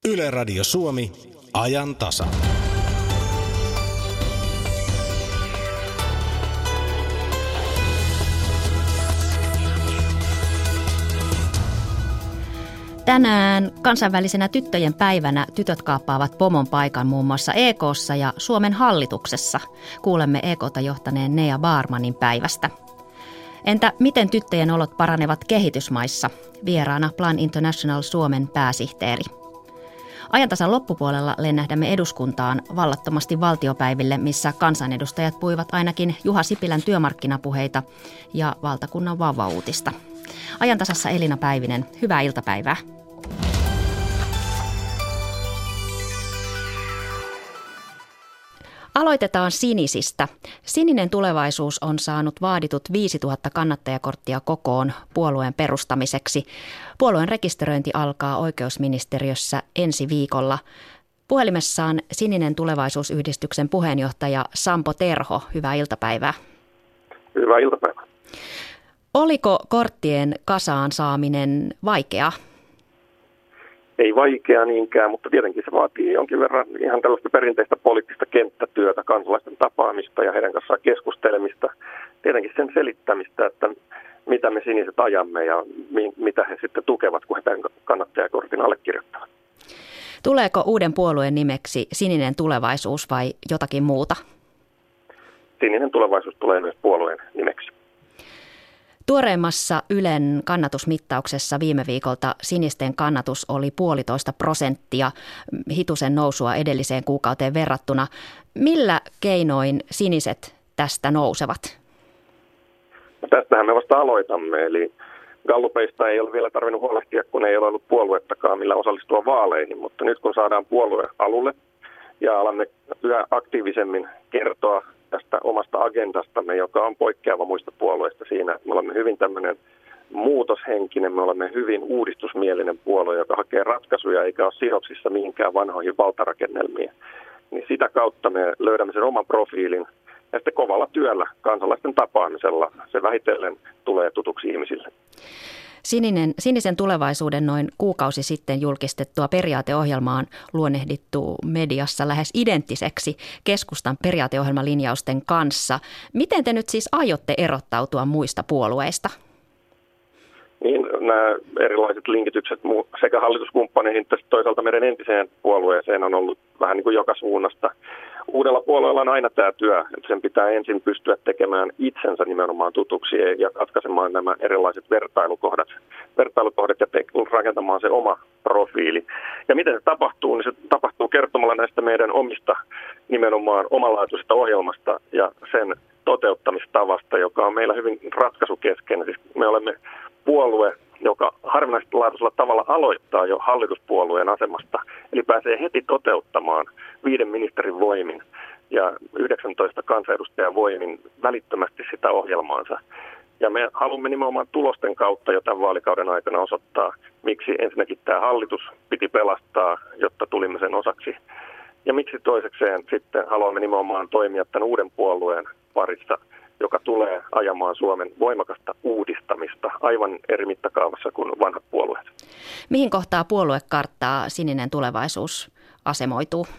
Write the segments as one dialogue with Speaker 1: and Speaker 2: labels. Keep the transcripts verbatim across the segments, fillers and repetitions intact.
Speaker 1: Yle Radio Suomi, ajan tasa.
Speaker 2: Tänään kansainvälisenä tyttöjen päivänä tytöt kaappaavat pomon paikan muun muassa E K:ssa ja Suomen hallituksessa. Kuulemme E K:ta johtaneen Nea Baarmanin päivästä. Entä miten tyttöjen olot paranevat kehitysmaissa? Vieraana Plan International Suomen pääsihteeri. Ajantasan loppupuolella lennähdämme eduskuntaan vallattomasti valtiopäiville, missä kansanedustajat puivat ainakin Juha Sipilän työmarkkinapuheita ja valtakunnan vauvauutista. Ajantasassa Elina Päivinen, hyvää iltapäivää. Aloitetaan sinisistä. Sininen tulevaisuus on saanut vaaditut viisituhatta kannattajakorttia kokoon puolueen perustamiseksi. Puolueen rekisteröinti alkaa oikeusministeriössä ensi viikolla. Puhelimessaan Sininen tulevaisuusyhdistyksen puheenjohtaja Sampo Terho, hyvää iltapäivää.
Speaker 3: Hyvää iltapäivää.
Speaker 2: Oliko korttien kasaan saaminen vaikeaa?
Speaker 3: Ei vaikea niinkään, mutta tietenkin se vaatii jonkin verran ihan tällaista perinteistä poliittista kenttätyötä, kansalaisten tapaamista ja heidän kanssaan keskustelemista. Tietenkin sen selittämistä, että mitä me siniset ajamme ja mi- mitä he sitten tukevat, kun he tämän kannattajakortin allekirjoittavat.
Speaker 2: Tuleeko uuden puolueen nimeksi Sininen tulevaisuus vai jotakin muuta?
Speaker 3: Sininen tulevaisuus tulee myös puolueen nimeksi.
Speaker 2: Tuoreimmassa Ylen kannatusmittauksessa viime viikolta sinisten kannatus oli puolitoista prosenttia, hitusen nousua edelliseen kuukauteen verrattuna. Millä keinoin siniset tästä nousevat?
Speaker 3: No tästähän me vasta aloitamme, eli gallupeista ei ole vielä tarvinnut huolehtia, kun ei ole ollut puoluettakaan, millä osallistua vaaleihin, mutta nyt kun saadaan puolue alulle ja alamme yhä aktiivisemmin kertoa tästä omasta agendastamme, joka on poikkeava muista puolueista siinä, että me olemme hyvin tämmöinen muutoshenkinen, me olemme hyvin uudistusmielinen puolue, joka hakee ratkaisuja eikä ole sidoksissa mihinkään vanhoihin valtarakennelmiin. Niin sitä kautta me löydämme sen oman profiilin ja sitten kovalla työllä kansalaisten tapaamisella se vähitellen tulee tutuksi ihmisille.
Speaker 2: Sininen, sinisen tulevaisuuden noin kuukausi sitten julkistettua periaateohjelmaan luonnehdittu mediassa lähes identtiseksi keskustan periaateohjelmalinjausten kanssa. Miten te nyt siis aiotte erottautua muista puolueista?
Speaker 3: Niin, nämä erilaiset linkitykset sekä hallituskumppaneihin että toisaalta meidän entiseen puolueeseen on ollut vähän niin kuin joka suunnasta. Uudella puolueella on aina tämä työ, että sen pitää ensin pystyä tekemään itsensä nimenomaan tutuksi ja katkaisemaan nämä erilaiset vertailukohdat, vertailukohdat ja te- rakentamaan se oma profiili. Ja miten se tapahtuu, niin se tapahtuu kertomalla näistä meidän omista nimenomaan omanlaatuisesta ohjelmasta ja sen toteuttamistavasta, joka on meillä hyvin ratkaisukeskeinen. Siis me olemme puolue, joka harvinaislaatuisella tavalla aloittaa jo hallituspuolueen asemasta, eli pääsee heti toteuttamaan viiden ministerin voimin ja yhdeksäntoista kansanedustajan voimin välittömästi sitä ohjelmaansa. Ja me haluamme nimenomaan tulosten kautta jo tämän vaalikauden aikana osoittaa, miksi ensinnäkin tämä hallitus piti pelastaa, jotta tulimme sen osaksi. Ja miksi toisekseen sitten haluamme nimenomaan toimia tämän uuden puolueen parissa, joka tulee ajamaan Suomen voimakasta uudistamista aivan eri mittakaavassa kuin vanhat puolueet.
Speaker 2: Mihin kohtaa puoluekarttaa Sininen tulevaisuus asemoituu?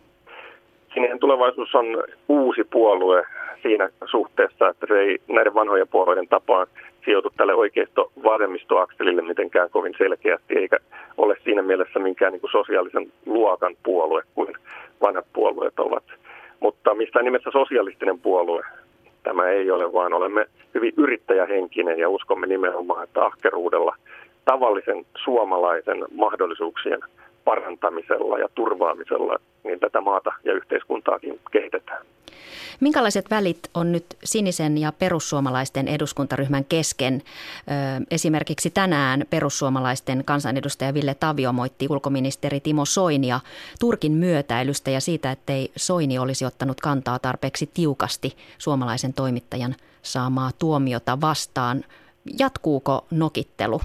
Speaker 3: Sininen tulevaisuus on uusi puolue siinä suhteessa, että se ei näiden vanhojen puolueiden tapaan sijoitu tälle oikeisto-vasemmisto-akselille mitenkään kovin selkeästi, eikä ole siinä mielessä minkään niin kuin sosiaalisen luokan puolue kuin vanhat puolueet ovat. Mutta missään nimessä sosialistinen puolue tämä ei ole, vaan olemme hyvin yrittäjähenkinen ja uskomme nimenomaan, että ahkeruudella tavallisen suomalaisen mahdollisuuksien parantamisella ja turvaamisella niin tätä maata ja yhteiskuntaakin kehitetään.
Speaker 2: Minkälaiset välit on nyt sinisen ja perussuomalaisten eduskuntaryhmän kesken? Esimerkiksi tänään perussuomalaisten kansanedustaja Ville Tavio moitti ulkoministeri Timo Soinia Turkin myötäilystä ja siitä, ettei Soini olisi ottanut kantaa tarpeeksi tiukasti suomalaisen toimittajan saamaa tuomiota vastaan. Jatkuuko nokittelu?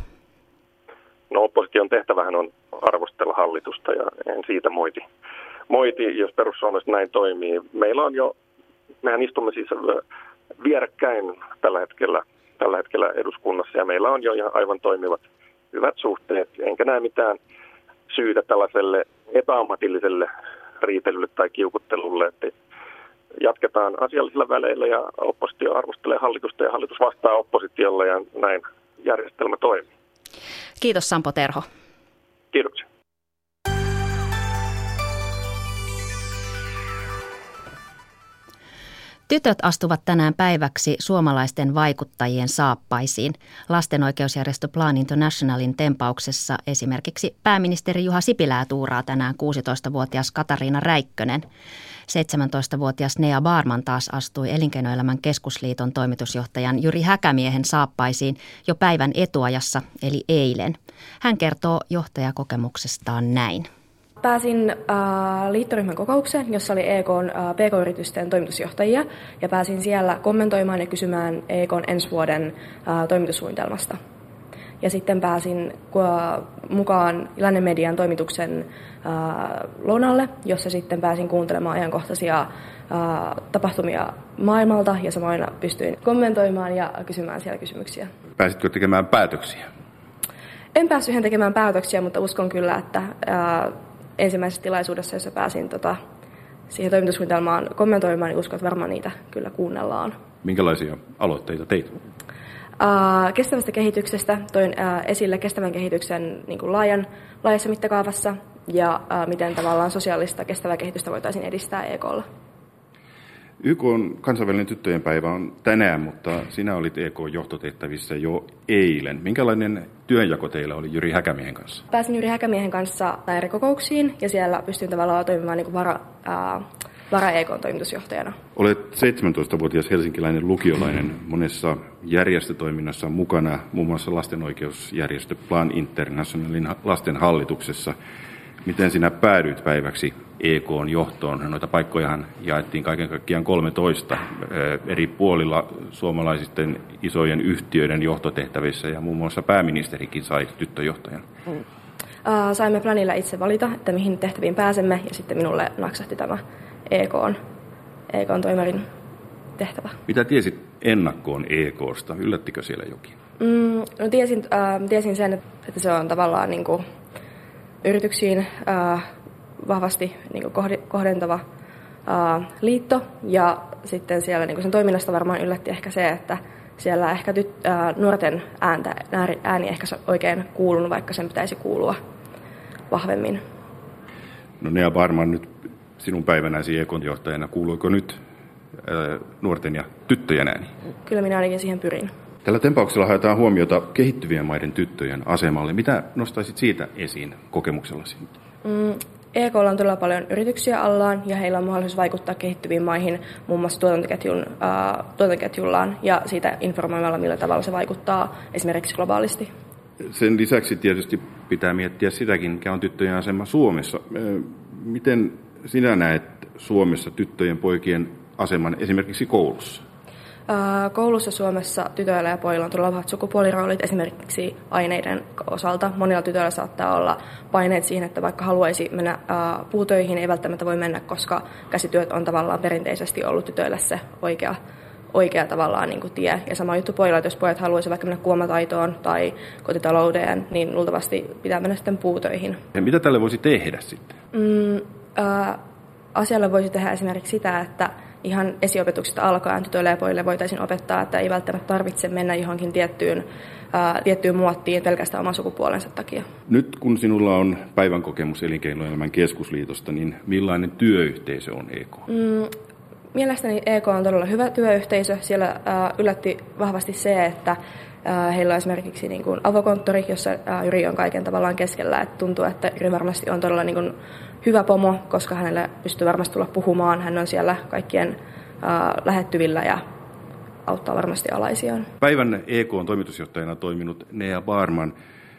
Speaker 3: No opposition tehtävähän on arvostella hallitusta ja en siitä moiti. Moiti, jos perussuomalaiset näin toimii. Meillä on jo, mehän istumme siis vierekkäin tällä hetkellä, tällä hetkellä eduskunnassa ja meillä on jo ihan aivan toimivat hyvät suhteet. Enkä näe mitään syytä tällaiselle epäammatilliselle riitelylle tai kiukuttelulle, että jatketaan asiallisilla väleillä ja oppositio arvostelee hallitusta ja hallitus vastaa oppositiolle ja näin järjestelmä toimii.
Speaker 2: Kiitos Sampo Terho.
Speaker 3: Kiitoksia.
Speaker 2: Tytöt astuvat tänään päiväksi suomalaisten vaikuttajien saappaisiin. Lastenoikeusjärjestö Plan Internationalin tempauksessa esimerkiksi pääministeri Juha Sipilää tuuraa tänään kuusitoistavuotias Katariina Räikkönen. seitsemäntoistavuotias Nea Baarman taas astui Elinkeinoelämän keskusliiton toimitusjohtajan Jyri Häkämiehen saappaisiin jo päivän etuajassa, eli eilen. Hän kertoo johtajakokemuksestaan näin.
Speaker 4: Pääsin äh, liittoryhmän kokoukseen, jossa oli E K:n äh, P K-yritysten toimitusjohtajia, ja pääsin siellä kommentoimaan ja kysymään E K:n ensi vuoden äh, toimitussuunnitelmasta. Ja sitten pääsin äh, mukaan Lännen median toimituksen äh, lounalle, jossa sitten pääsin kuuntelemaan ajankohtaisia äh, tapahtumia maailmalta, ja samoin pystyin kommentoimaan ja kysymään siellä kysymyksiä.
Speaker 5: Pääsitkö tekemään päätöksiä?
Speaker 4: En päässyt ihan tekemään päätöksiä, mutta uskon kyllä, että äh, ensimmäisessä tilaisuudessa, jossa pääsin tota, siihen toimitussuunnitelmaan kommentoimaan, niin uskon, että varmaan niitä kyllä kuunnellaan.
Speaker 5: Minkälaisia aloitteita teit?
Speaker 4: Uh, kestävästä kehityksestä toin uh, esille kestävän kehityksen niin kuin laajan, laajassa mittakaavassa ja uh, miten tavallaan sosiaalista kestävää kehitystä voitaisiin edistää E K:lla.
Speaker 5: Y K:n kansainvälinen tyttöjen päivä on tänään, mutta sinä olit E K:n johtotehtävissä jo eilen. Minkälainen työnjako teillä oli Jyri Häkämiehen kanssa? Pääsin
Speaker 4: Jyri Häkämiehen kanssa eri kokouksiin ja siellä pystyin tavallaan toimimaan niin kuin vara, ää, vara-E K:n toimitusjohtajana.
Speaker 5: Olet seitsemäntoistavuotias helsinkiläinen lukiolainen monessa järjestötoiminnassa mukana, muun muassa lastenoikeusjärjestö Plan Internationalin lasten hallituksessa. Miten sinä päädyit päiväksi E K:n johtoon? Noita paikkojahan jaettiin kaiken kaikkiaan kolmetoista eri puolilla suomalaisisten isojen yhtiöiden johtotehtävissä ja muun muassa pääministerikin sai tyttöjohtajan.
Speaker 4: Mm. Uh, saimme Planilla itse valita, että mihin tehtäviin pääsemme ja sitten minulle naksahti tämä E K:n, E K:n toimarin tehtävä.
Speaker 5: Mitä tiesit ennakkoon E K:sta? Yllättikö siellä jokin?
Speaker 4: Mm, no tiesin, uh, tiesin sen, että se on tavallaan niin kuin yrityksiin äh, vahvasti niin kuin kohdentava äh, liitto, ja sitten siellä niin kuin sen toiminnasta varmaan yllätti ehkä se, että siellä ehkä tyt, äh, nuorten ääntä, ääni ehkä oikein kuulunut, vaikka sen pitäisi kuulua vahvemmin.
Speaker 5: No Nea Baarman, nyt sinun päivänäsi E K:n johtajana, kuuluiko nyt äh, nuorten ja tyttöjen ääni?
Speaker 4: Kyllä minä ainakin siihen pyrin.
Speaker 5: Tällä tempauksella haetaan huomiota kehittyvien maiden tyttöjen asemalle. Mitä nostaisit siitä esiin kokemuksellasi?
Speaker 4: Mm, E K:lla on todella paljon yrityksiä allaan ja heillä on mahdollisuus vaikuttaa kehittyviin maihin muun muassa tuotantoketjun, äh, tuotantoketjullaan ja siitä informoimalla, millä tavalla se vaikuttaa esimerkiksi globaalisti.
Speaker 5: Sen lisäksi tietysti pitää miettiä sitäkin, mikä on tyttöjen asema Suomessa. Miten sinä näet Suomessa tyttöjen poikien aseman esimerkiksi koulussa?
Speaker 4: Koulussa Suomessa tytöillä ja pojilla on todella vahvat sukupuoliroolit esimerkiksi aineiden osalta. Monilla tytöillä saattaa olla paineet siihen, että vaikka haluaisi mennä puutöihin, ei välttämättä voi mennä, koska käsityöt on tavallaan perinteisesti ollut tytöille se oikea, oikea tavallaan niin kuin tie. Ja sama juttu pojilla, että jos pojat haluaisivat vaikka mennä kuomataitoon tai kotitaloudeen, niin luultavasti pitää mennä sitten puutöihin.
Speaker 5: Ja mitä tälle voisi tehdä sitten?
Speaker 4: Mm, äh, asialle voisi tehdä esimerkiksi sitä, että ihan esiopetuksesta alkaen tytöille ja pojille voitaisiin opettaa, että ei välttämättä tarvitse mennä johonkin tiettyyn, ää, tiettyyn muottiin pelkästään oman sukupuolensa takia.
Speaker 5: Nyt kun sinulla on päivän kokemus Elinkeinoelämän keskusliitosta, niin millainen työyhteisö on E K?
Speaker 4: Mm, mielestäni E K on todella hyvä työyhteisö. Siellä ää, yllätti vahvasti se, että ää, heillä on esimerkiksi niin kuin avokonttori, jossa ää, Jyri on kaiken tavallaan keskellä. Et tuntuu, että Jyri varmasti on todella niin kuin hyvä pomo, koska hänelle pystyy varmasti tulla puhumaan. Hän on siellä kaikkien äh, lähettyvillä ja auttaa varmasti alaisiaan.
Speaker 5: Päivän E K:n toimitusjohtajana toiminut Nea Baarman.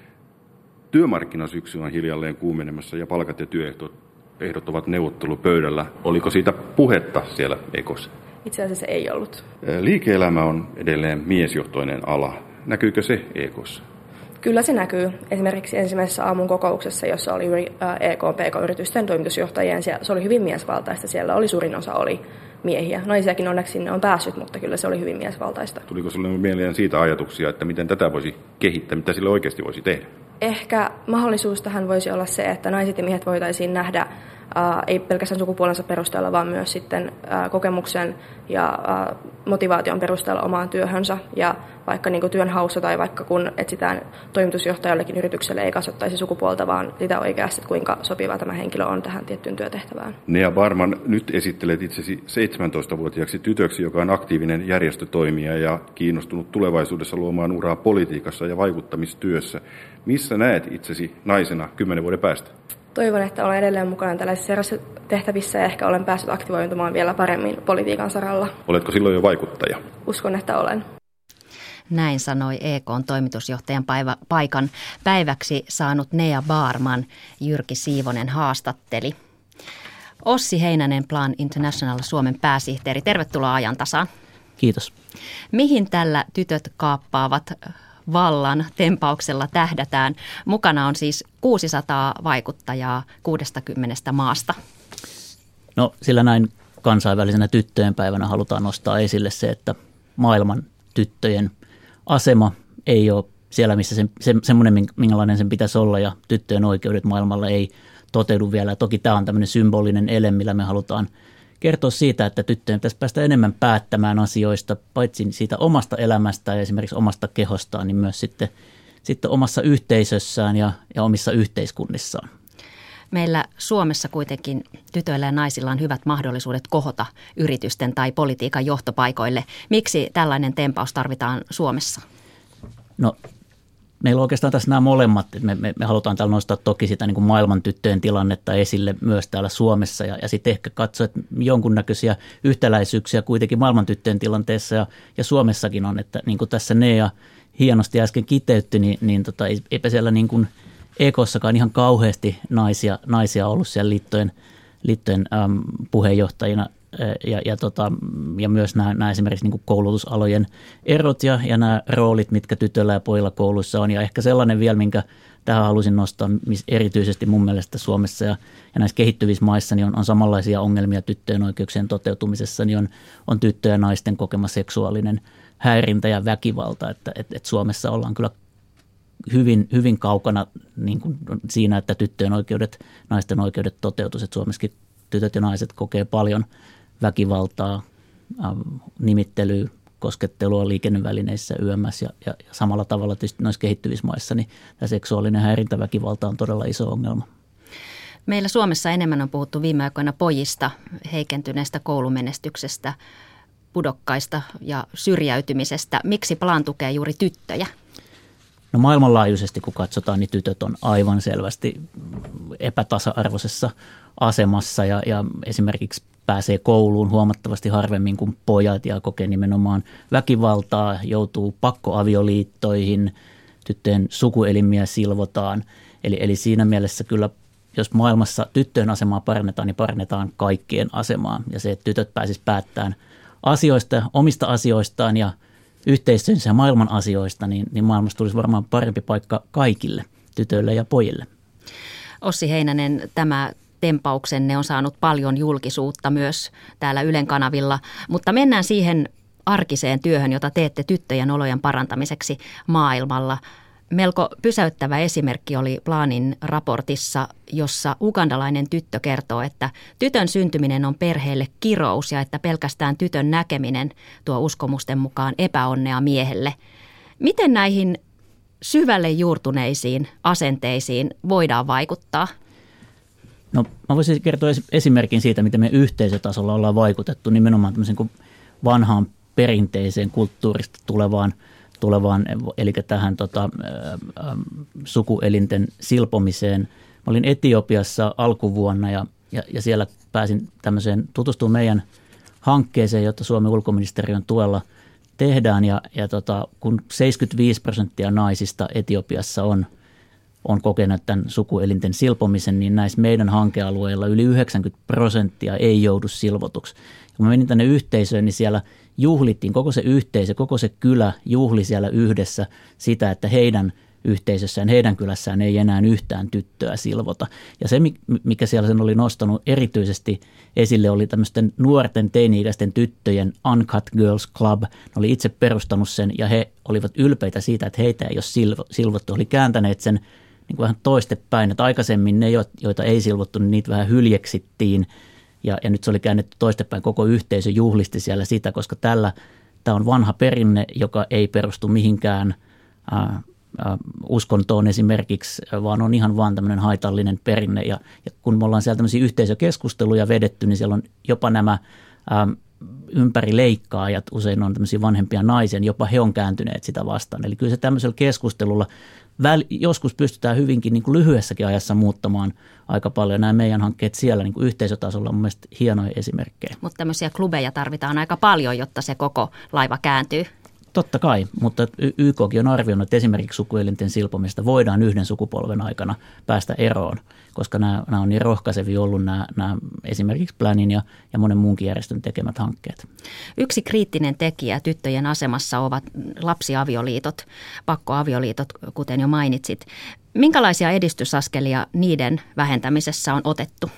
Speaker 5: Työmarkkinasyksy on hiljalleen kuumenemassa ja palkat ja työehdot ehdot ovat neuvottelupöydällä. Oliko siitä puhetta siellä E K:ssa?
Speaker 4: Itse asiassa ei ollut.
Speaker 5: Liike-elämä on edelleen miesjohtoinen ala. Näkyykö se E K:ssa?
Speaker 4: Kyllä se näkyy. Esimerkiksi ensimmäisessä aamun kokouksessa, jossa oli E K P K-yritysten toimitusjohtajien, se oli hyvin miesvaltaista. Siellä oli suurin osa oli miehiä. Naisiakin onneksi sinne on päässyt, mutta kyllä se oli hyvin miesvaltaista.
Speaker 5: Tuliko sinulle mieleen siitä ajatuksia, että miten tätä voisi kehittää, mitä sille oikeasti voisi tehdä?
Speaker 4: Ehkä mahdollisuus tähän voisi olla se, että naiset ja miehet voitaisiin nähdä ää, ei pelkästään sukupuolensa perusteella, vaan myös sitten ää, kokemuksen ja ää, motivaation perusteella omaan työhönsä. Ja vaikka niin kuin työnhaussa tai vaikka kun etsitään toimitusjohtajallekin yritykselle, ei katsottaisi sukupuolta, vaan sitä oikeasti, kuinka sopiva tämä henkilö on tähän tiettyyn työtehtävään.
Speaker 5: Nea Barman, nyt esittelet itsesi seitsemäntoistavuotiaaksi tytöksi, joka on aktiivinen järjestötoimija ja kiinnostunut tulevaisuudessa luomaan uraa politiikassa ja vaikuttamistyössä. Missä näet itsesi naisena kymmenen vuoden päästä?
Speaker 4: Toivon, että olen edelleen mukana tällaisissa tehtävissä ja ehkä olen päässyt aktivoitumaan vielä paremmin politiikan saralla.
Speaker 5: Oletko silloin jo vaikuttaja?
Speaker 4: Uskon, että olen.
Speaker 2: Näin sanoi E K:n toimitusjohtajan päivä, paikan päiväksi saanut Nea Barman. Jyrki Siivonen haastatteli. Ossi Heinänen, Plan International Suomen pääsihteeri. Tervetuloa Ajantasaan.
Speaker 6: Kiitos.
Speaker 2: Mihin tällä tytöt kaappaavat vallan tempauksella tähdätään? Mukana on siis kuusisataa vaikuttajaa kuudestakymmenestä maasta.
Speaker 6: No sillä näin kansainvälisenä tyttöjen päivänä halutaan nostaa esille se, että maailman tyttöjen asema ei ole siellä, missä se, se, semmoinen, minkälainen sen pitäisi olla, ja tyttöjen oikeudet maailmalla ei toteudu vielä. Toki tämä on tämmöinen symbolinen ele, millä me halutaan kertoa siitä, että tyttöjen pitäisi päästä enemmän päättämään asioista, paitsi siitä omasta elämästään ja esimerkiksi omasta kehostaan, niin myös sitten, sitten omassa yhteisössään ja, ja omissa yhteiskunnissaan.
Speaker 2: Meillä Suomessa kuitenkin tytöillä ja naisilla on hyvät mahdollisuudet kohota yritysten tai politiikan johtopaikoille. Miksi tällainen tempaus tarvitaan Suomessa?
Speaker 6: No, meillä on oikeastaan tässä nämä molemmat. Me, me, me halutaan täällä nostaa toki sitä niin kuin maailman tyttöjen tilannetta esille myös täällä Suomessa ja, ja sitten ehkä katsoa, että jonkunnäköisiä yhtäläisyyksiä kuitenkin maailman tyttöjen tilanteessa ja, ja Suomessakin on, että niin kuin tässä Nea hienosti äsken kiteytti, niin, niin tota, eipä siellä niin kuin E K:ssakaan ihan kauheasti naisia, naisia ollut siellä liittojen, liittojen äm, puheenjohtajina ja, ja, tota, ja myös nämä, nämä esimerkiksi niin kuin koulutusalojen erot ja, ja nämä roolit, mitkä tytöillä ja pojilla kouluissa on. Ja ehkä sellainen vielä, minkä tähän halusin nostaa, missä erityisesti mun mielestä Suomessa ja, ja näissä kehittyvissä maissa niin on, on samanlaisia ongelmia tyttöjen oikeuksien toteutumisessa, niin on, on tyttöjen ja naisten kokema seksuaalinen häirintä ja väkivalta, että et, et Suomessa ollaan kyllä hyvin, hyvin kaukana niin kuin siinä, että tyttöjen oikeudet, naisten oikeudet toteutuisivat. Että Suomessakin tytöt ja naiset kokee paljon väkivaltaa, nimittelyä, koskettelua liikennevälineissä yömmässä ja, ja, ja samalla tavalla tietysti noissa kehittyvissä maissa niin tämä seksuaalinen häirintäväkivalta on todella iso ongelma.
Speaker 2: Meillä Suomessa enemmän on puhuttu viime aikoina pojista, heikentyneestä koulumenestyksestä, pudokkaista ja syrjäytymisestä. Miksi Plan tukee juuri tyttöjä?
Speaker 6: No maailmanlaajuisesti, kun katsotaan, niin tytöt on aivan selvästi epätasa-arvoisessa asemassa ja, ja esimerkiksi pääsee kouluun huomattavasti harvemmin kuin pojat ja kokee nimenomaan väkivaltaa, joutuu pakkoavioliittoihin, tyttöjen sukuelimiä silvotaan. Eli, eli siinä mielessä kyllä, jos maailmassa tyttöjen asemaa parannetaan, niin parannetaan kaikkien asemaa. Ja se, että tytöt pääsisivät päättämään asioista, omista asioistaan ja yhteisönsä ja maailman asioista, niin, niin maailmasta tulisi varmaan parempi paikka kaikille, tytöille ja pojille.
Speaker 2: Ossi Heinänen, tämä tempauksenne on saanut paljon julkisuutta myös täällä Ylen kanavilla, mutta mennään siihen arkiseen työhön, jota teette tyttöjen olojen parantamiseksi maailmalla. Melko pysäyttävä esimerkki oli Planin raportissa, jossa ugandalainen tyttö kertoo, että tytön syntyminen on perheelle kirous ja että pelkästään tytön näkeminen tuo uskomusten mukaan epäonnea miehelle. Miten näihin syvälle juurtuneisiin asenteisiin voidaan vaikuttaa?
Speaker 6: No mä voisin kertoa esimerkin siitä, miten me yhteisötasolla ollaan vaikutettu nimenomaan tämmöisen kuin vanhaan perinteiseen kulttuurista tulevaan tulevaan, eli tähän tota, ä, sukuelinten silpomiseen. Mä olin Etiopiassa alkuvuonna ja, ja, ja siellä pääsin tämmöiseen tutustumaan meidän hankkeeseen, jota Suomen ulkoministeriön tuella tehdään. Ja, ja tota, kun seitsemänkymmentäviisi prosenttia naisista Etiopiassa on, on kokenut tämän sukuelinten silpomisen, niin näissä meidän hankealueilla yli yhdeksänkymmentä prosenttia ei joudu silvotuksi. Kun mä menin tänne yhteisöön, niin siellä juhlittiin, koko se yhteisö, koko se kylä juhli siellä yhdessä sitä, että heidän yhteisössään, heidän kylässään ei enää yhtään tyttöä silvota. Ja se, mikä siellä sen oli nostanut erityisesti esille, oli tämmöisten nuorten teini-ikäisten tyttöjen Uncut Girls Club. Ne oli itse perustanut sen ja he olivat ylpeitä siitä, että heitä ei ole silvottu. Oli kääntäneet sen niin kuin vähän toistepäin, että aikaisemmin ne, joita ei silvottu, niin niitä vähän hyljeksittiin ja, ja nyt se oli käännetty toistepäin, koko yhteisö juhlisti siellä sitä, koska tällä tämä on vanha perinne, joka ei perustu mihinkään ää, ää, uskontoon esimerkiksi, vaan on ihan vaan tämmöinen haitallinen perinne ja, ja kun me ollaan siellä tämmöisiä yhteisökeskusteluja vedetty, niin siellä on jopa nämä ää, ympärileikkaajat, usein on tämmöisiä vanhempia naisia, niin jopa he on kääntyneet sitä vastaan. Eli kyllä se tämmöisellä keskustelulla väl, joskus pystytään hyvinkin niin kuin lyhyessäkin ajassa muuttamaan aika paljon. Nämä meidän hankkeet siellä niin kuin yhteisötasolla on mun mielestä hienoja esimerkkejä.
Speaker 2: Mutta tämmöisiä klubeja tarvitaan aika paljon, jotta se koko laiva kääntyy. Totta
Speaker 6: kai, mutta Y K:kin on arvioinut, että esimerkiksi sukuelinten silpomista voidaan yhden sukupolven aikana päästä eroon, koska nämä, nämä on niin rohkaisevia ollut nämä, nämä esimerkiksi Planin ja, ja monen muunkin järjestön tekemät hankkeet.
Speaker 2: Yksi kriittinen tekijä tyttöjen asemassa ovat lapsiavioliitot, pakkoavioliitot, kuten jo mainitsit. Minkälaisia edistysaskelia niiden vähentämisessä on otettu?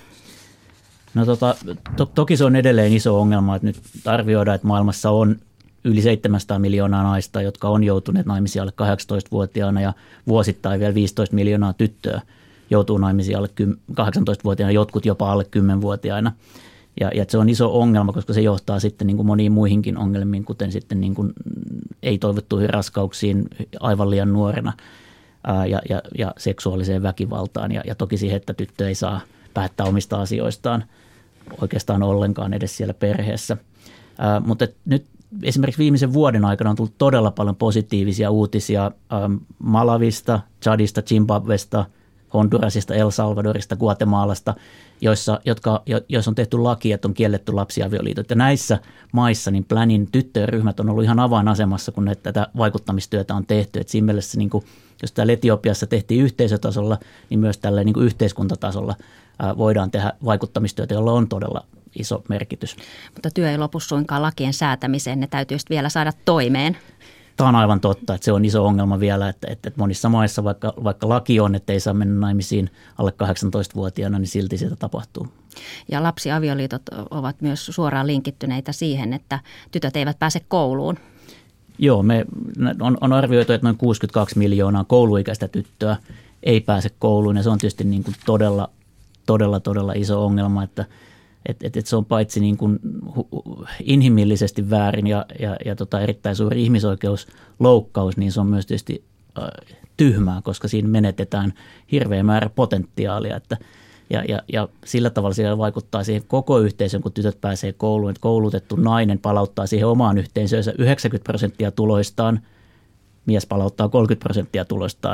Speaker 6: No tota, to, toki se on edelleen iso ongelma, että nyt arvioidaan, että maailmassa on yli seitsemänsataa miljoonaa naista, jotka on joutuneet naimisiin alle kahdeksantoistavuotiaana ja vuosittain vielä viisitoista miljoonaa tyttöä joutuu naimisiin alle kahdeksantoistavuotiaana, jotkut jopa alle kymmenvuotiaina. Ja, ja se on iso ongelma, koska se johtaa sitten niin kuin moniin muihinkin ongelmiin, kuten sitten niin kuin ei-toivottuihin raskauksiin aivan liian nuorena ää, ja, ja, ja seksuaaliseen väkivaltaan. Ja, ja toki siihen, että tyttö ei saa päättää omista asioistaan oikeastaan ollenkaan edes siellä perheessä. Ää, mutta nyt esimerkiksi viimeisen vuoden aikana on tullut todella paljon positiivisia uutisia ähm, Malavista, Chadista, Zimbabwesta, Hondurasista, El Salvadorista, Guatemalasta, joissa, jotka, jo, joissa on tehty laki, että on kielletty lapsiavioliitot. Ja näissä maissa niin Planin tyttöjen ryhmät on ollut ihan avainasemassa, kun tätä vaikuttamistyötä on tehty. Et siinä mielessä, niin kuin, jos täällä Etiopiassa tehtiin yhteisötasolla, niin myös tällä niin kuin yhteiskuntatasolla äh, voidaan tehdä vaikuttamistyötä, jolla on todella iso merkitys.
Speaker 2: Mutta työ ei lopu suinkaan lakien säätämiseen, ne täytyy vielä saada toimeen.
Speaker 6: Tämä on aivan totta, että se on iso ongelma vielä, että, että monissa maissa vaikka, vaikka laki on, että ei saa mennä naimisiin alle kahdeksantoistavuotiaana, niin silti sitä tapahtuu.
Speaker 2: Ja lapsiavioliitot ovat myös suoraan linkittyneitä siihen, että tytöt eivät pääse kouluun.
Speaker 6: Joo, me on, on arvioitu, että noin kuusikymmentäkaksi miljoonaa kouluikäistä tyttöä ei pääse kouluun ja se on tietysti niin kuin todella, todella, todella iso ongelma, että Että et, et se on paitsi niin kuin inhimillisesti väärin ja, ja, ja tota erittäin suuri ihmisoikeusloukkaus, niin se on myös tietysti äh, tyhmää, koska siinä menetetään hirveä määrä potentiaalia. Että, ja, ja, ja sillä tavalla siellä vaikuttaa siihen koko yhteisön, kun tytöt pääsee kouluun. Että koulutettu nainen palauttaa siihen omaan yhteisöönsä yhdeksänkymmentä prosenttia tuloistaan, mies palauttaa kolmekymmentä prosenttia tuloistaan.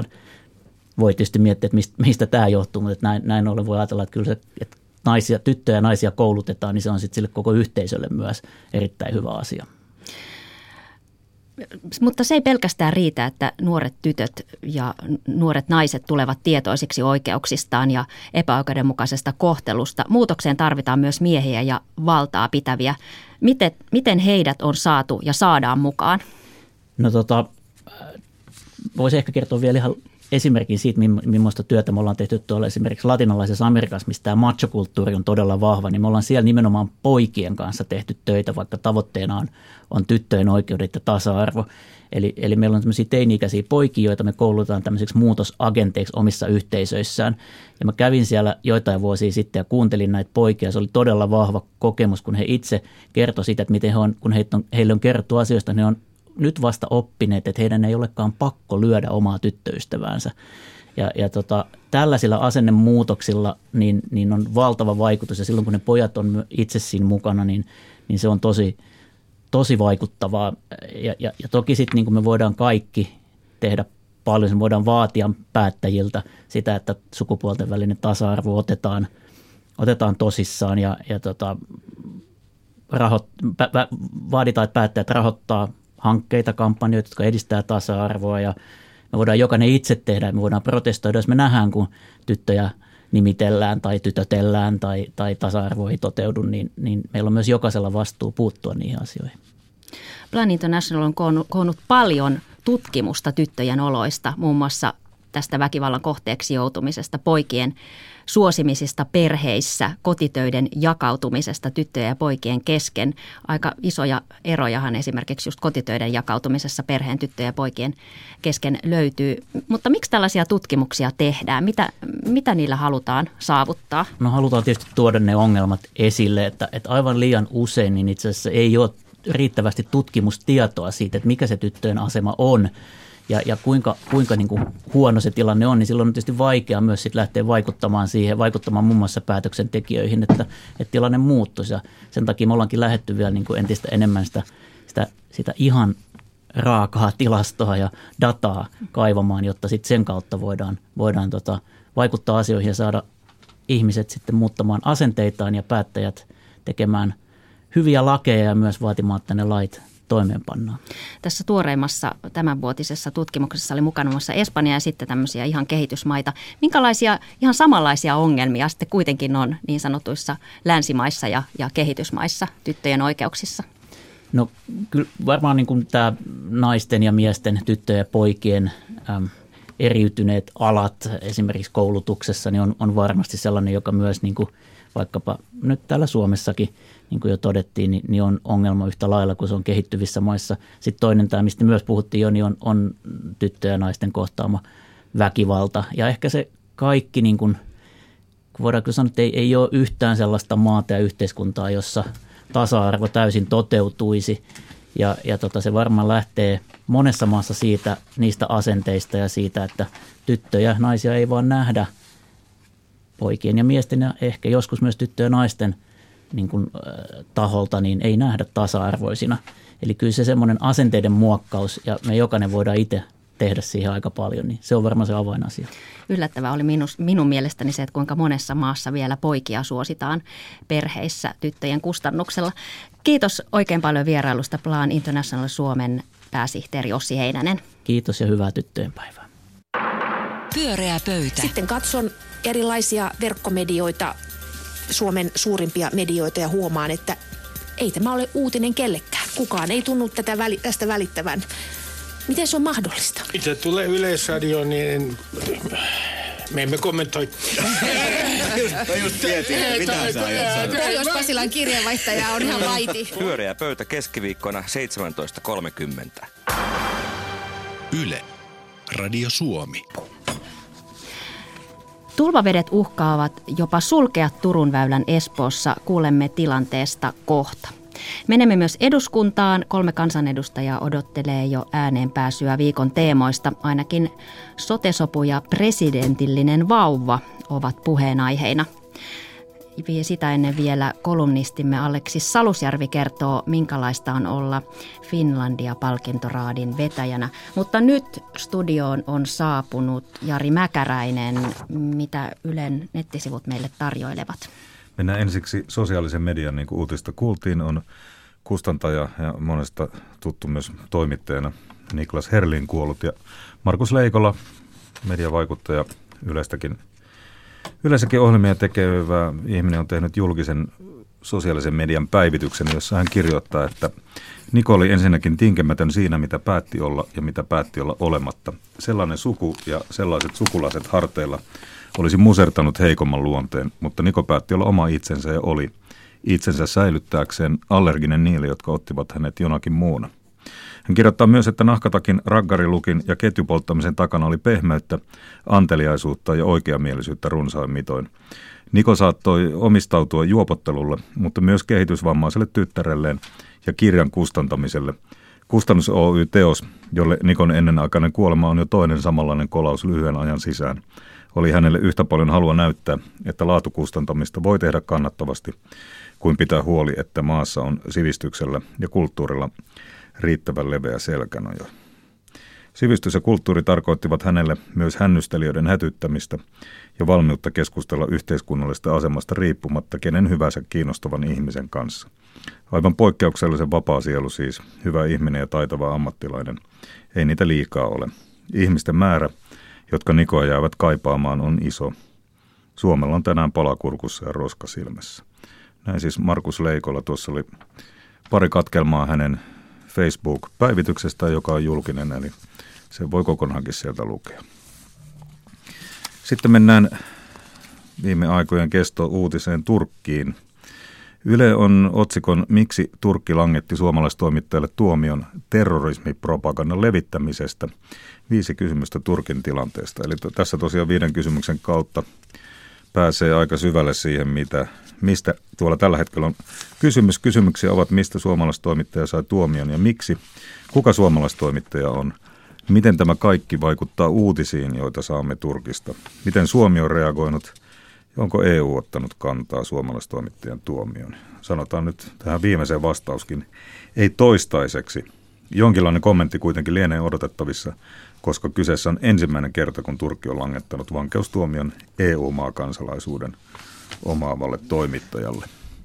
Speaker 6: Voi tietysti miettiä, että mistä, mistä tämä johtuu, mutta näin, näin ollen voi ajatella, että kyllä se, että naisia, tyttöjä ja naisia koulutetaan, niin se on sitten sille koko yhteisölle myös erittäin hyvä asia.
Speaker 2: Mutta se ei pelkästään riitä, että nuoret tytöt ja nuoret naiset tulevat tietoisiksi oikeuksistaan ja epäoikeudenmukaisesta kohtelusta. Muutokseen tarvitaan myös miehiä ja valtaa pitäviä. Miten, miten heidät on saatu ja saadaan mukaan?
Speaker 6: No tota, voisi ehkä kertoa vielä ihan esimerkin siitä, millaista työtä me ollaan tehty tuolla esimerkiksi latinalaisessa Amerikassa, missä tämä machokulttuuri on todella vahva, niin me ollaan siellä nimenomaan poikien kanssa tehty töitä, vaikka tavoitteena on, on tyttöjen oikeudet ja tasa-arvo. Eli, eli meillä on tämmöisiä teini-ikäisiä poikia, joita me koulutetaan tämmöisiksi muutosagenteiksi omissa yhteisöissään. Ja mä kävin siellä joitain vuosia sitten ja kuuntelin näitä poikia. Se oli todella vahva kokemus, kun he itse kertoi siitä, että miten he on, kun heitä on, heille on kerrottu asioista, niin he on nyt vasta oppineet, että heidän ei olekaan pakko lyödä omaa tyttöystäväänsä. Ja, ja tota, tällaisilla asennemuutoksilla niin, niin on valtava vaikutus. Ja silloin kun ne pojat on itse siinä mukana, niin, niin se on tosi, tosi vaikuttavaa. Ja, ja, ja toki sitten niin kuin me voidaan kaikki tehdä paljon, me voidaan vaatia päättäjiltä sitä, että sukupuolten välinen tasa-arvo otetaan, otetaan tosissaan ja, ja tota, rahoit, pä, pä, vaaditaan, että päättäjät rahoittaa hankkeita, kampanjoita, jotka edistää tasa-arvoa ja me voidaan jokainen itse tehdä, me voidaan protestoida, jos me nähdään, kun tyttöjä nimitellään tai tytötellään tai, tai tasa-arvo ei toteudu, niin, niin meillä on myös jokaisella vastuu puuttua niihin asioihin.
Speaker 2: Plan International on koonnut, koonnut paljon tutkimusta tyttöjen oloista, muun muassa tästä väkivallan kohteeksi joutumisesta, poikien suosimisista perheissä, kotitöiden jakautumisesta tyttöjen ja poikien kesken. Aika isoja erojahan esimerkiksi just kotitöiden jakautumisessa perheen tyttöjen ja poikien kesken löytyy. Mutta miksi tällaisia tutkimuksia tehdään? Mitä, mitä niillä halutaan saavuttaa?
Speaker 6: No halutaan tietysti tuoda ne ongelmat esille, että, että aivan liian usein niin itse asiassa ei ole riittävästi tutkimustietoa siitä, että mikä se tyttöjen asema on ja, ja kuinka, kuinka niin kuin huono se tilanne on, niin silloin on tietysti vaikea myös sit lähteä vaikuttamaan siihen, vaikuttamaan muun muassa päätöksentekijöihin, että, että tilanne muuttuisi. Ja sen takia me ollaankin lähdetty vielä niin kuin entistä enemmän sitä, sitä, sitä ihan raakaa tilastoa ja dataa kaivamaan, jotta sitten sen kautta voidaan, voidaan tota, vaikuttaa asioihin ja saada ihmiset sitten muuttamaan asenteitaan ja päättäjät tekemään hyviä lakeja ja myös vaatimaan, että ne lait toimeenpannaan.
Speaker 2: Tässä tuoreimmassa tämänvuotisessa tutkimuksessa oli mukana muassa Espanja ja sitten tämmöisiä ihan kehitysmaita. Minkälaisia ihan samanlaisia ongelmia sitten kuitenkin on niin sanotuissa länsimaissa ja, ja kehitysmaissa tyttöjen oikeuksissa?
Speaker 6: No kyllä varmaan niin kuin tämä naisten ja miesten, tyttöjen ja poikien äm, eriytyneet alat esimerkiksi koulutuksessa niin on, on varmasti sellainen, joka myös niin kuin vaikkapa nyt täällä Suomessakin, niin kuin jo todettiin, niin, niin on ongelma yhtä lailla kuin se on kehittyvissä maissa. Sitten toinen tämä, mistä myös puhuttiin jo, niin on, on tyttöjen ja naisten kohtaama väkivalta. Ja ehkä se kaikki, niin kuin, kun voidaan kyllä sanoa, että ei, ei ole yhtään sellaista maata ja yhteiskuntaa, jossa tasa-arvo täysin toteutuisi. Ja, ja tota, se varmaan lähtee monessa maassa siitä, niistä asenteista ja siitä, että tyttöjä ja naisia ei vaan nähdä poikien ja miesten ja ehkä joskus myös tyttöjen ja naisten niin kuin, äh, taholta, niin ei nähdä tasa-arvoisina. Eli kyllä se semmoinen asenteiden muokkaus ja me jokainen voidaan itse tehdä siihen aika paljon, niin se on varmaan se avainasia.
Speaker 2: Yllättävää oli minus, minun mielestäni se, että kuinka monessa maassa vielä poikia suositaan perheissä tyttöjen kustannuksella. Kiitos oikein paljon vierailusta Plan International Suomen pääsihteeri Ossi Heinänen.
Speaker 6: Kiitos ja hyvää tyttöjen päivää.
Speaker 7: Pyöreä pöytä.
Speaker 8: Sitten katson erilaisia verkkomedioita, Suomen suurimpia medioita ja huomaan, että ei tämä ole uutinen kellekään. Kukaan ei tunnu tätä väli, tästä välittävän. Miten se on mahdollista?
Speaker 9: Mitä tulee Yleisradioon, niin me emme kommentoi.
Speaker 10: Mä just tietin, mitä sä ajat sanoa.
Speaker 8: Pohjois-Pasilan kirjeenvaihtaja on ihan vaiti.
Speaker 10: Pyöreä pöytä keskiviikkona seitsemäntoista kolmekymmentä.
Speaker 1: Yle. Radio Suomi.
Speaker 2: Tulvavedet uhkaavat jopa sulkea Turun väylän Espoossa. Kuulemme tilanteesta kohta. Menemme myös eduskuntaan. Kolme kansanedustajaa odottelee jo ääneen pääsyä viikon teemoista. Ainakin sote-sopu ja presidentillinen vauva ovat puheenaiheina. Sitä ennen vielä kolumnistimme Aleksis Salusjärvi kertoo, minkälaista on olla Finlandia-palkintoraadin vetäjänä. Mutta nyt studioon on saapunut Jari Mäkäräinen. Mitä Ylen nettisivut meille tarjoilevat?
Speaker 11: Mennään ensiksi sosiaalisen median, niin kuin uutista kuultiin, on kustantaja ja monesta tuttu myös toimittajana Niklas Herlin kuollut. Ja Markus Leikola, mediavaikuttaja, Yleistäkin, Yleisäkin ohjelmia tekevä ihminen, on tehnyt julkisen sosiaalisen median päivityksen, jossa hän kirjoittaa, että Niko oli ensinnäkin tinkemätön siinä, mitä päätti olla ja mitä päätti olla olematta. Sellainen suku ja sellaiset sukulaiset harteilla olisi musertanut heikomman luonteen, mutta Niko päätti olla oma itsensä ja oli itsensä säilyttääkseen allerginen niille, jotka ottivat hänet jonakin muuna. Hän kirjoittaa myös, että nahkatakin, raggarilukin ja ketjupolttamisen takana oli pehmeyttä, anteliaisuutta ja oikeamielisyyttä runsain mitoin. Niko saattoi omistautua juopottelulle, mutta myös kehitysvammaiselle tyttärelleen ja kirjan kustantamiselle. Kustannus Oy-teos, jolle Nikon ennenaikainen kuolema on jo toinen samanlainen kolaus lyhyen ajan sisään, oli hänelle yhtä paljon halua näyttää, että laatukustantamista voi tehdä kannattavasti, kuin pitää huoli, että maassa on sivistyksellä ja kulttuurilla riittävän leveä selkänoja. Sivistys ja kulttuuri tarkoittivat hänelle myös hännystelijöiden hätyttämistä ja valmiutta keskustella yhteiskunnallisesta asemasta riippumatta kenen hyvänsä kiinnostavan ihmisen kanssa. Aivan poikkeuksellisen vapaa sielu siis, hyvä ihminen ja taitava ammattilainen. Ei niitä liikaa ole. Ihmisten määrä, jotka Nikoa jäävät kaipaamaan, on iso. Suomella on tänään palakurkussa ja roska silmässä. Näin siis Markus Leikola. Tuossa oli pari katkelmaa hänen Facebook-päivityksestä, joka on julkinen, eli se voi kokonaankin sieltä lukea. Sitten mennään viime aikojen kesto-uutiseen Turkkiin. Yle on otsikon Miksi Turkki langetti suomalaistoimittajalle tuomion terrorismipropagandan levittämisestä. Viisi kysymystä Turkin tilanteesta. Eli to, tässä tosiaan viiden kysymyksen kautta pääsee aika syvälle siihen, mitä, mistä tuolla tällä hetkellä on kysymys. Kysymyksiä ovat, mistä suomalaistoimittaja sai tuomion ja miksi. Kuka suomalaistoimittaja on? Miten tämä kaikki vaikuttaa uutisiin, joita saamme Turkista? Miten Suomi on reagoinut? Onko E U ottanut kantaa suomalaistoimittajan tuomioon? Sanotaan nyt tähän viimeiseen vastauskin. Ei toistaiseksi. Jonkinlainen kommentti kuitenkin lienee odotettavissa, koska kyseessä on ensimmäinen kerta, kun Turkki on langettanut vankeustuomion E U-maakansalaisuuden omaavalle toimittajalle.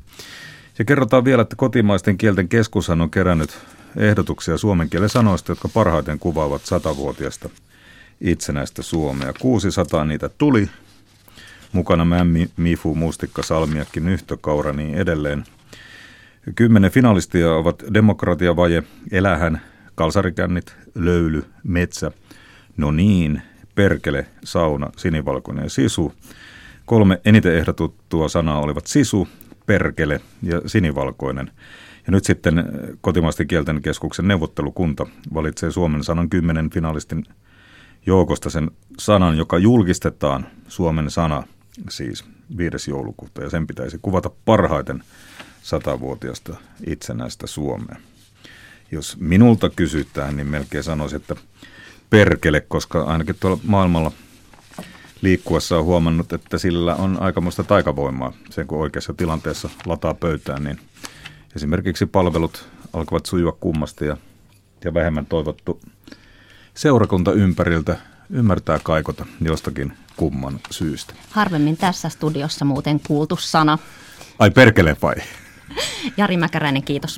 Speaker 11: Ja kerrotaan vielä, että kotimaisten kielten keskushan on kerännyt ehdotuksia suomen kielen sanoista, jotka parhaiten kuvaavat satavuotiasta itsenäistä Suomea. kuusisataa niitä tuli. Mukana mämmi, mifu, mustikka, salmiakki, nyhtökaura, niin edelleen. Kymmenen finalistia ovat demokratiavaje, elähän, kalsarikännit, löyly, metsä, no niin, perkele, sauna, sinivalkoinen ja sisu. Kolme eniten ehdotuttua sanaa olivat sisu, perkele ja sinivalkoinen. Ja nyt sitten kotimaisten kielten keskuksen neuvottelukunta valitsee Suomen sanan kymmenen finalistin joukosta sen sanan, joka julkistetaan, Suomen sana, siis viides joulukuuta, ja sen pitäisi kuvata parhaiten satavuotiasta itsenäistä Suomea. Jos minulta kysytään, niin melkein sanoisin, että perkele, koska ainakin tuolla maailmalla liikkuessa on huomannut, että sillä on aikamoista taikavoimaa. Sen kun oikeassa tilanteessa lataa pöytään, niin esimerkiksi palvelut alkavat sujua kummasti ja, ja vähemmän toivottu seurakunta ympäriltä ymmärtää kaikota jostakin kumman syystä.
Speaker 2: Harvemmin tässä studiossa muuten kuultu sana.
Speaker 11: Ai perkele vai?
Speaker 2: Jari Mäkäräinen, kiitos.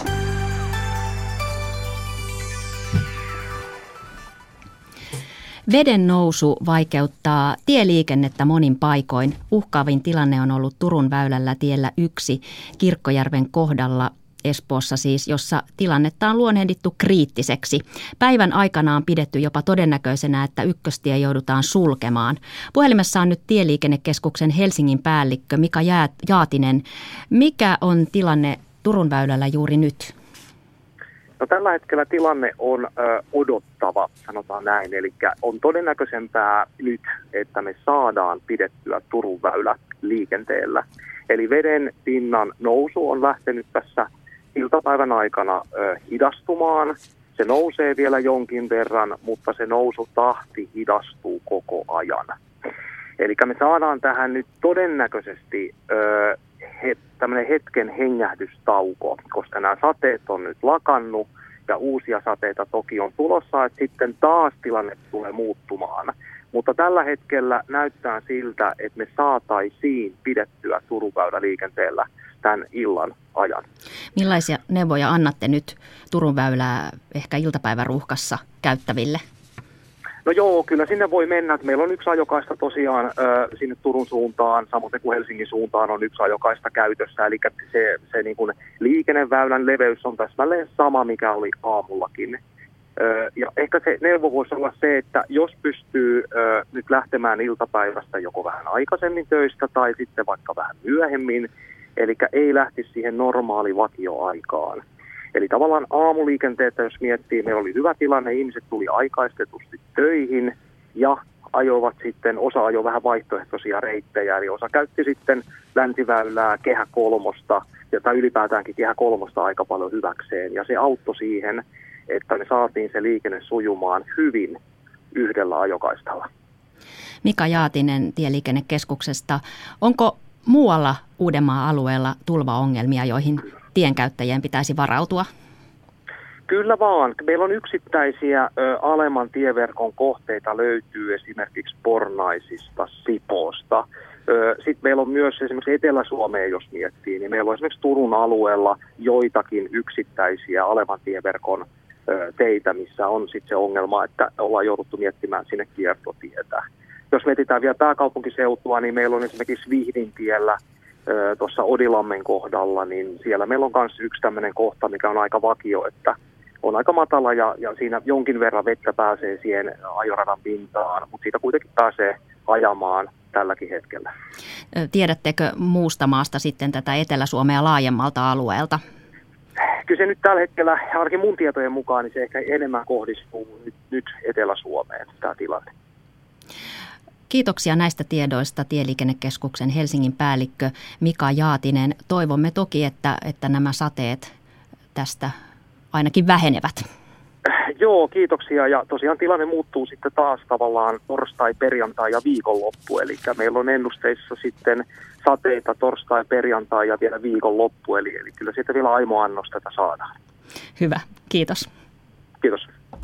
Speaker 2: Veden nousu vaikeuttaa tieliikennettä monin paikoin. Uhkaavin tilanne on ollut Turun väylällä tiellä yksi Kirkkojärven kohdalla Espoossa siis, jossa tilannetta on luonnehdittu kriittiseksi. Päivän aikana on pidetty jopa todennäköisenä, että ykköstie joudutaan sulkemaan. Puhelimessa on nyt Tieliikennekeskuksen Helsingin päällikkö Mika Jaatinen. Mikä on tilanne Turun väylällä juuri nyt?
Speaker 12: No, tällä hetkellä tilanne on ö, odottava, sanotaan näin. Eli on todennäköisempää nyt, että me saadaan pidettyä Turun väylä liikenteellä. Eli veden pinnan nousu on lähtenyt tässä iltapäivän aikana ö, hidastumaan. Se nousee vielä jonkin verran, mutta se nousutahti hidastuu koko ajan. Eli me saadaan tähän nyt todennäköisesti ö, he, tämmöinen hetken hengähdystauko, koska nämä sateet on nyt lakannut ja uusia sateita toki on tulossa, että sitten taas tilanne tulee muuttumaan. Mutta tällä hetkellä näyttää siltä, että me saataisiin pidettyä Turun väylä liikenteellä tämän illan ajan.
Speaker 2: Millaisia neuvoja annatte nyt Turun väylää ehkä iltapäivän ruuhkassa käyttäville?
Speaker 12: No joo, kyllä sinne voi mennä. Meillä on yksi ajokaista tosiaan äh, sinne Turun suuntaan, samoin kuin Helsingin suuntaan on yksi ajokaista käytössä. Eli se, se niin kuin liikenneväylän leveys on täsmälleen sama, mikä oli aamullakin. Äh, ja ehkä se neuvo voisi olla se, että jos pystyy äh, nyt lähtemään iltapäivästä joko vähän aikaisemmin töistä tai sitten vaikka vähän myöhemmin, eli ei lähtisi siihen normaali vakioaikaan. Eli tavallaan aamuliikenteettä, jos miettii, meillä oli hyvä tilanne, ihmiset tuli aikaistetusti töihin ja ajoivat sitten, osa ajoi vähän vaihtoehtoisia reittejä, eli osa käytti sitten länsiväylää, kehä kolmosta, tai ylipäätäänkin kehä kolmosta aika paljon hyväkseen, ja se auttoi siihen, että me saatiin se liikenne sujumaan hyvin yhdellä ajokaistalla.
Speaker 2: Mika Jaatinen Tieliikennekeskuksesta. Onko muualla Uudenmaan alueella tulvaongelmia, joihin tienkäyttäjien pitäisi varautua?
Speaker 12: Kyllä vaan. Meillä on yksittäisiä ö, alemman tieverkon kohteita löytyy esimerkiksi Pornaisista, Sipoosta. Sitten meillä on myös esimerkiksi Etelä-Suomea, jos miettii, niin meillä on esimerkiksi Turun alueella joitakin yksittäisiä alemman tieverkon ö, teitä, missä on sitten se ongelma, että ollaan jouduttu miettimään sinne kiertotietä. Jos mietitään vielä pääkaupunkiseutua, niin meillä on esimerkiksi Vihdintiellä tuossa Odilammen kohdalla, niin siellä meillä on myös yksi tämmöinen kohta, mikä on aika vakio, että on aika matala ja, ja siinä jonkin verran vettä pääsee siihen ajoradan pintaan, mutta siitä kuitenkin pääsee ajamaan tälläkin hetkellä.
Speaker 2: Tiedättekö muusta maasta sitten tätä Etelä-Suomea laajemmalta alueelta?
Speaker 12: Kyllä se nyt tällä hetkellä, ainakin mun tietojen mukaan, niin se ehkä enemmän kohdistuu nyt, nyt Etelä-Suomeen tämä tilanne.
Speaker 2: Kiitoksia näistä tiedoista Tieliikennekeskuksen Helsingin päällikkö Mika Jaatinen. Toivomme toki, että, että nämä sateet tästä ainakin vähenevät.
Speaker 12: Joo, kiitoksia. Ja tosiaan tilanne muuttuu sitten taas tavallaan torstai, perjantai ja viikonloppu. Eli meillä on ennusteissa sitten sateita torstai, perjantai ja vielä viikonloppu. Eli, eli kyllä siitä vielä aimo annos tätä saadaan.
Speaker 2: Hyvä, kiitos.
Speaker 12: Kiitos.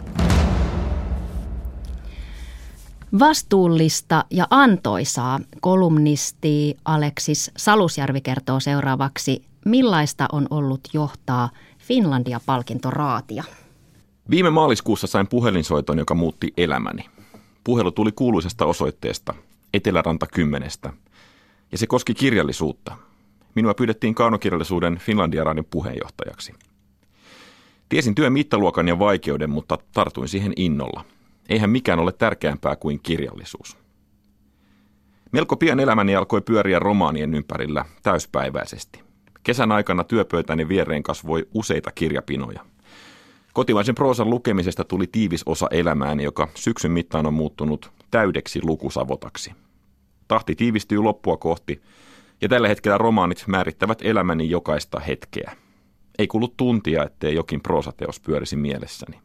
Speaker 2: Vastuullista ja antoisaa kolumnisti Aleksis Salusjärvi kertoo seuraavaksi, millaista on ollut johtaa Finlandia-palkintoraatia.
Speaker 13: Viime maaliskuussa sain puhelinsoiton, joka muutti elämäni. Puhelu tuli kuuluisesta osoitteesta, Eteläranta kymmenestä, ja se koski kirjallisuutta. Minua pyydettiin kaunokirjallisuuden Finlandia-radion puheenjohtajaksi. Tiesin työn mittaluokan ja vaikeuden, mutta tartuin siihen innolla. Eihän mikään ole tärkeämpää kuin kirjallisuus. Melko pian elämäni alkoi pyöriä romaanien ympärillä täyspäiväisesti. Kesän aikana työpöytäni viereen kasvoi useita kirjapinoja. Kotimaisen proosan lukemisesta tuli tiivis osa elämääni, joka syksyn mittaan on muuttunut täydeksi lukusavotaksi. Tahti tiivistyy loppua kohti, ja tällä hetkellä romaanit määrittävät elämäni jokaista hetkeä. Ei kulu tuntia, ettei jokin proosateos pyörisi mielessäni.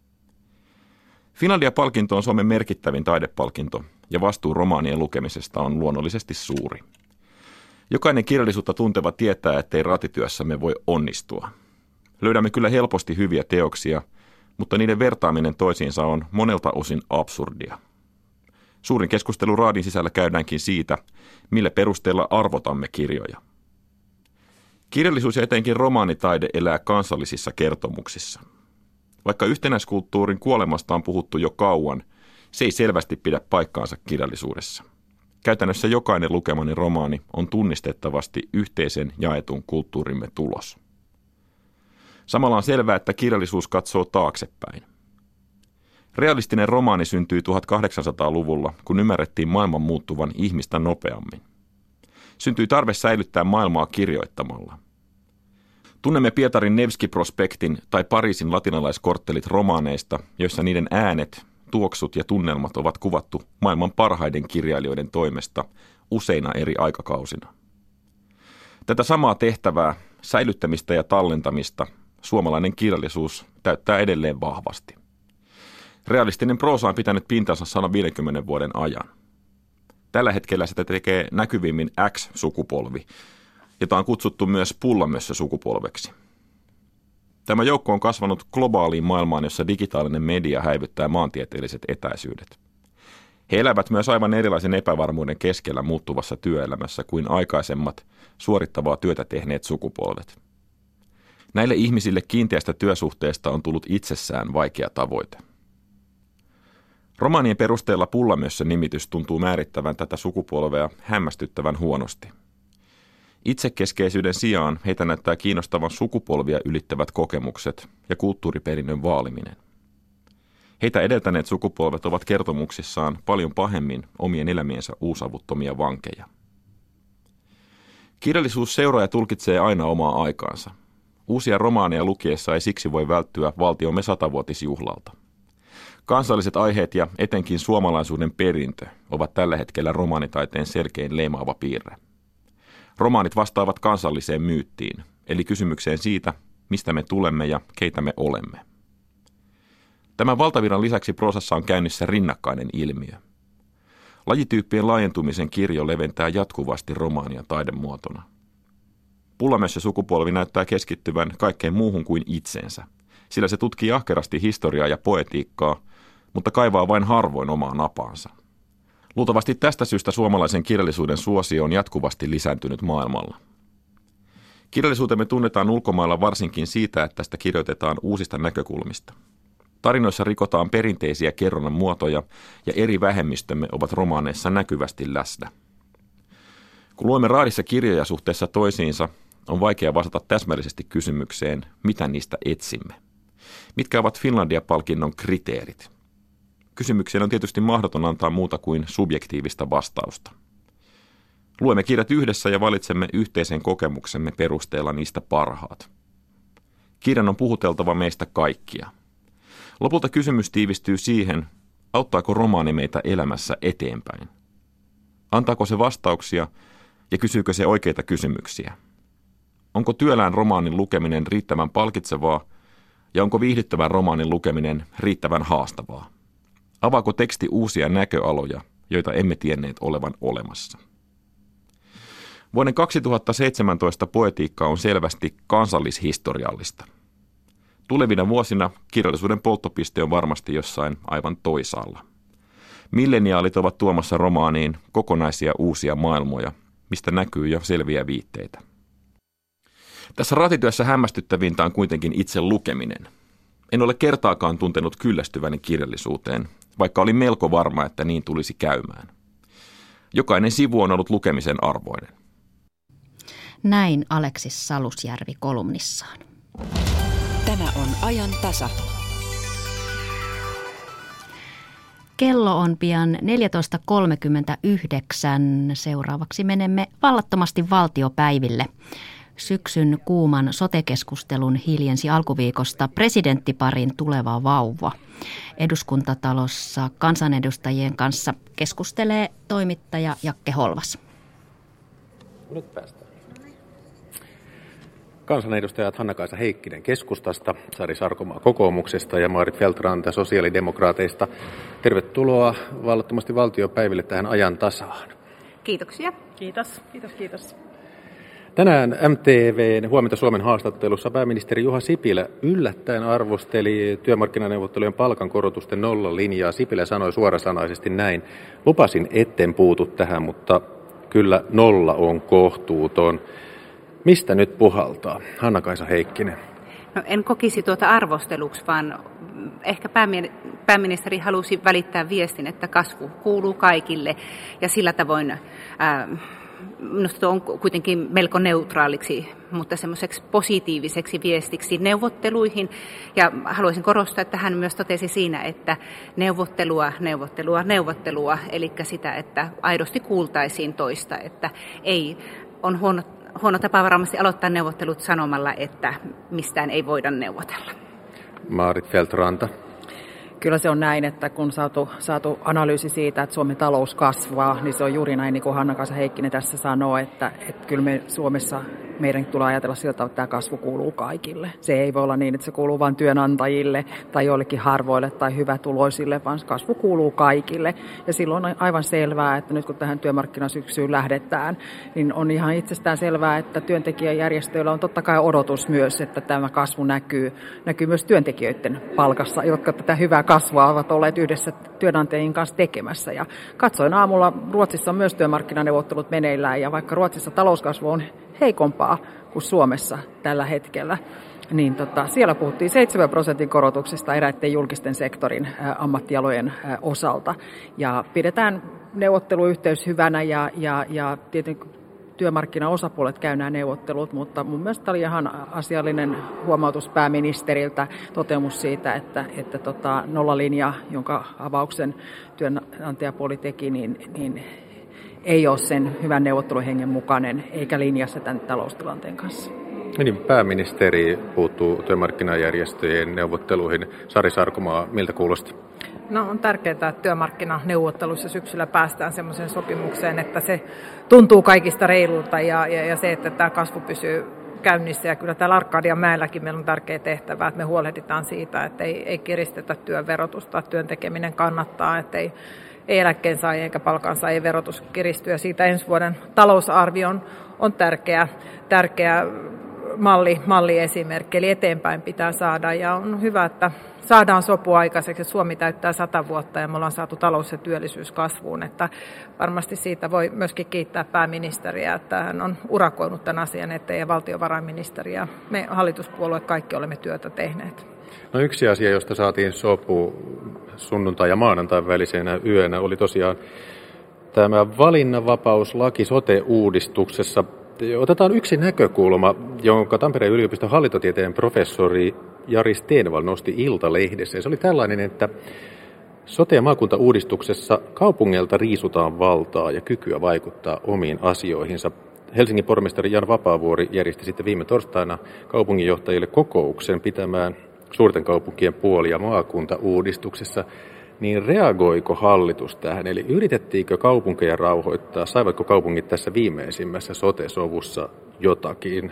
Speaker 13: Finlandia-palkinto on Suomen merkittävin taidepalkinto, ja vastuu romaanien lukemisesta on luonnollisesti suuri. Jokainen kirjallisuutta tunteva tietää, ettei raatityössämme voi onnistua. Löydämme kyllä helposti hyviä teoksia, mutta niiden vertaaminen toisiinsa on monelta osin absurdia. Suurin keskustelu raadin sisällä käydäänkin siitä, millä perusteella arvotamme kirjoja. Kirjallisuus ja etenkin romaanitaide elää kansallisissa kertomuksissa. Vaikka yhtenäiskulttuurin kuolemasta on puhuttu jo kauan, se ei selvästi pidä paikkaansa kirjallisuudessa. Käytännössä jokainen lukemani romaani on tunnistettavasti yhteisen jaetun kulttuurimme tulos. Samalla on selvää, että kirjallisuus katsoo taaksepäin. Realistinen romaani syntyi tuhatkahdeksansataaluvulla, kun ymmärrettiin maailman muuttuvan ihmistä nopeammin. Syntyi tarve säilyttää maailmaa kirjoittamalla. Tunnemme Pietarin Nevski-prospektin tai Pariisin latinalaiskorttelit romaaneista, joissa niiden äänet, tuoksut ja tunnelmat ovat kuvattu maailman parhaiden kirjailijoiden toimesta useina eri aikakausina. Tätä samaa tehtävää, säilyttämistä ja tallentamista, suomalainen kirjallisuus täyttää edelleen vahvasti. Realistinen proosa on pitänyt pintansa sata viisikymmentä vuoden ajan. Tällä hetkellä sitä tekee näkyvimmin X-sukupolvi, jota on kutsuttu myös pullamössö-sukupolveksi. Tämä joukko on kasvanut globaaliin maailmaan, jossa digitaalinen media häivyttää maantieteelliset etäisyydet. He elävät myös aivan erilaisen epävarmuuden keskellä muuttuvassa työelämässä kuin aikaisemmat suorittavaa työtä tehneet sukupolvet. Näille ihmisille kiinteästä työsuhteesta on tullut itsessään vaikea tavoite. Romaanien perusteella pullamössö-nimitys tuntuu määrittävän tätä sukupolvea hämmästyttävän huonosti. Itsekeskeisyyden sijaan heitä näyttää kiinnostavan sukupolvia ylittävät kokemukset ja kulttuuriperinnön vaaliminen. Heitä edeltäneet sukupolvet ovat kertomuksissaan paljon pahemmin omien elämiensä uusavuttomia vankeja. Kirjallisuus seuraa ja tulkitsee aina omaa aikaansa. Uusia romaaneja lukiessa ei siksi voi välttyä valtiomme satavuotisjuhlalta. Kansalliset aiheet ja etenkin suomalaisuuden perintö ovat tällä hetkellä romaanitaiteen selkein leimaava piirre. Romaanit vastaavat kansalliseen myyttiin, eli kysymykseen siitä, mistä me tulemme ja keitä me olemme. Tämän valtavirran lisäksi proosassa on käynnissä rinnakkainen ilmiö. Lajityyppien laajentumisen kirjo leventää jatkuvasti romaania taidemuotona. Pullamössö-sukupolvi näyttää keskittyvän kaikkeen muuhun kuin itseensä, sillä se tutkii ahkerasti historiaa ja poetiikkaa, mutta kaivaa vain harvoin omaa napaansa. Luultavasti tästä syystä suomalaisen kirjallisuuden suosio on jatkuvasti lisääntynyt maailmalla. Kirjallisuutemme tunnetaan ulkomailla varsinkin siitä, että tästä kirjoitetaan uusista näkökulmista. Tarinoissa rikotaan perinteisiä kerronnan muotoja ja eri vähemmistömme ovat romaaneissa näkyvästi läsnä. Kun luemme raadissa kirjoja suhteessa toisiinsa, on vaikea vastata täsmällisesti kysymykseen, mitä niistä etsimme. Mitkä ovat Finlandia-palkinnon kriteerit? Kysymykseen on tietysti mahdoton antaa muuta kuin subjektiivista vastausta. Luemme kirjat yhdessä ja valitsemme yhteisen kokemuksemme perusteella niistä parhaat. Kirjan on puhuteltava meistä kaikkia. Lopulta kysymys tiivistyy siihen, auttaako romaani meitä elämässä eteenpäin. Antaako se vastauksia ja kysyykö se oikeita kysymyksiä? Onko työlään romaanin lukeminen riittävän palkitsevaa ja onko viihdyttävän romaanin lukeminen riittävän haastavaa? Avaako teksti uusia näköaloja, joita emme tienneet olevan olemassa? Vuoden kaksituhattaseitsemäntoista poetiikka on selvästi kansallishistoriallista. Tulevina vuosina kirjallisuuden polttopiste on varmasti jossain aivan toisaalla. Milleniaalit ovat tuomassa romaaniin kokonaisia uusia maailmoja, mistä näkyy jo selviä viitteitä. Tässä ratityössä hämmästyttävintä on kuitenkin itse lukeminen. En ole kertaakaan tuntenut kyllästyväni kirjallisuuteen, vaikka olin melko varma, että niin tulisi käymään. Jokainen sivu on ollut lukemisen arvoinen.
Speaker 2: Näin Aleksis Salusjärvi kolumnissaan.
Speaker 7: Tämä on ajan tasa.
Speaker 2: Kello on pian neljätoista kolmekymmentäyhdeksän. Seuraavaksi menemme vallattomasti valtiopäiville. Syksyn kuuman sote-keskustelun hiljensi alkuviikosta presidenttiparin tuleva vauva. Eduskuntatalossa kansanedustajien kanssa keskustelee toimittaja Jakke Holvas.
Speaker 14: Nyt päästään. Kansanedustajat Hanna-Kaisa Heikkinen keskustasta, Sari Sarkomaa kokoomuksesta ja Maarit Feldt-Ranta sosiaalidemokraateista. Tervetuloa vallattomasti valtiopäiville tähän ajan tasaan.
Speaker 15: Kiitoksia. Kiitos. Kiitos, kiitos.
Speaker 14: Tänään M T V:n Huomenta Suomen haastattelussa pääministeri Juha Sipilä yllättäen arvosteli työmarkkinaneuvottelujen palkankorotusten nollalinjaa. Sipilä sanoi suorasanaisesti näin: lupasin, etten puutu tähän, mutta kyllä nolla on kohtuuton. Mistä nyt puhaltaa? Hanna-Kaisa Heikkinen.
Speaker 15: No, en kokisi tuota arvosteluksi, vaan ehkä pääministeri halusi välittää viestin, että kasvu kuuluu kaikille ja sillä tavoin ää, minusta tuo on kuitenkin melko neutraaliksi, mutta semmoiseksi positiiviseksi viestiksi neuvotteluihin. Ja haluaisin korostaa, että hän myös totesi siinä, että neuvottelua, neuvottelua, neuvottelua, eli sitä, että aidosti kuultaisiin toista, että ei on huono, huono tapa varmasti aloittaa neuvottelut sanomalla, että mistään ei voida neuvotella.
Speaker 14: Maarit Feldt-Ranta.
Speaker 16: Kyllä se on näin, että kun saatu, saatu analyysi siitä, että Suomen talous kasvaa, niin se on juuri näin, niin kuin Hanna-Kaisa Heikkinen tässä sanoo, että, että kyllä me Suomessa meidän tulee ajatella siltä, että tämä kasvu kuuluu kaikille. Se ei voi olla niin, että se kuuluu vain työnantajille tai joillekin harvoille tai hyvätuloisille, vaan kasvu kuuluu kaikille. Ja silloin on aivan selvää, että nyt kun tähän työmarkkinasyksyyn lähdetään, niin on ihan itsestään selvää, että työntekijäjärjestöillä on totta kai odotus myös, että tämä kasvu näkyy, näkyy myös työntekijöiden palkassa, jotka tätä hyvää kasvua ovat olleet yhdessä työnantajien kanssa tekemässä. Ja katsoin aamulla, Ruotsissa on myös työmarkkinaneuvottelut meneillään, ja vaikka Ruotsissa talouskasvu on heikompaa kuin Suomessa tällä hetkellä, niin tota, siellä puhuttiin seitsemän prosentin korotuksista eräiden julkisten sektorin ä, ammattialojen ä, osalta. Ja pidetään neuvotteluyhteys hyvänä ja, ja, ja tietenkin työmarkkinaosapuolet käy nämä neuvottelut, mutta mun mielestä oli ihan asiallinen huomautus pääministeriltä, toteamus siitä, että, että tota, nollalinja, jonka avauksen työnantajapuoli teki, niin, niin ei ole sen hyvän neuvotteluhengen mukainen eikä linjassa tämän taloustilanteen kanssa.
Speaker 14: Niin, pääministeri puuttuu työmarkkinajärjestöjen neuvotteluihin. Sari Sarkomaa, miltä kuulosti?
Speaker 17: No, on tärkeää, että työmarkkinaneuvotteluissa syksyllä päästään semmoiseen sopimukseen, että se tuntuu kaikista reilulta ja, ja, ja se, että tämä kasvu pysyy käynnissä. Ja kyllä täällä Arkadianmäelläkin meillä on tärkeä tehtävä, että me huolehditaan siitä, että ei, ei kiristetä työn verotusta, työn tekeminen kannattaa, että ei, ei eläkkeensaajien eikä palkansaajien verotus kiristy. Ja siitä ensi vuoden talousarvio on, on tärkeä, tärkeä malli, malliesimerkki, eli eteenpäin pitää saada ja on hyvä, että saadaan sopu aikaiseksi, että Suomi täyttää sata vuotta ja me ollaan saatu talous- ja työllisyys kasvuun, että varmasti siitä voi myöskin kiittää pääministeriä, että hän on urakoinut tämän asian eteen ja valtiovarainministeri ja me hallituspuolueet kaikki olemme työtä tehneet.
Speaker 14: No, yksi asia, josta saatiin sopu sunnuntai- ja maanantain välisenä yönä oli tosiaan tämä valinnanvapauslaki sote-uudistuksessa. Otetaan yksi näkökulma, jonka Tampereen yliopiston hallintotieteen professori Jari Stenvall nosti Iltalehdessä. Se oli tällainen, että Sote- ja maakuntauudistuksessa kaupungeilta riisutaan valtaa ja kykyä vaikuttaa omiin asioihinsa. Helsingin pormestari Jan Vapaavuori järjesti sitten viime torstaina kaupunginjohtajille kokouksen pitämään suurten kaupunkien puolia maakuntauudistuksessa. Niin reagoiko hallitus tähän? Eli yritettiinkö kaupunkeja rauhoittaa? Saivatko kaupungit tässä viimeisimmässä sote-sovussa jotakin?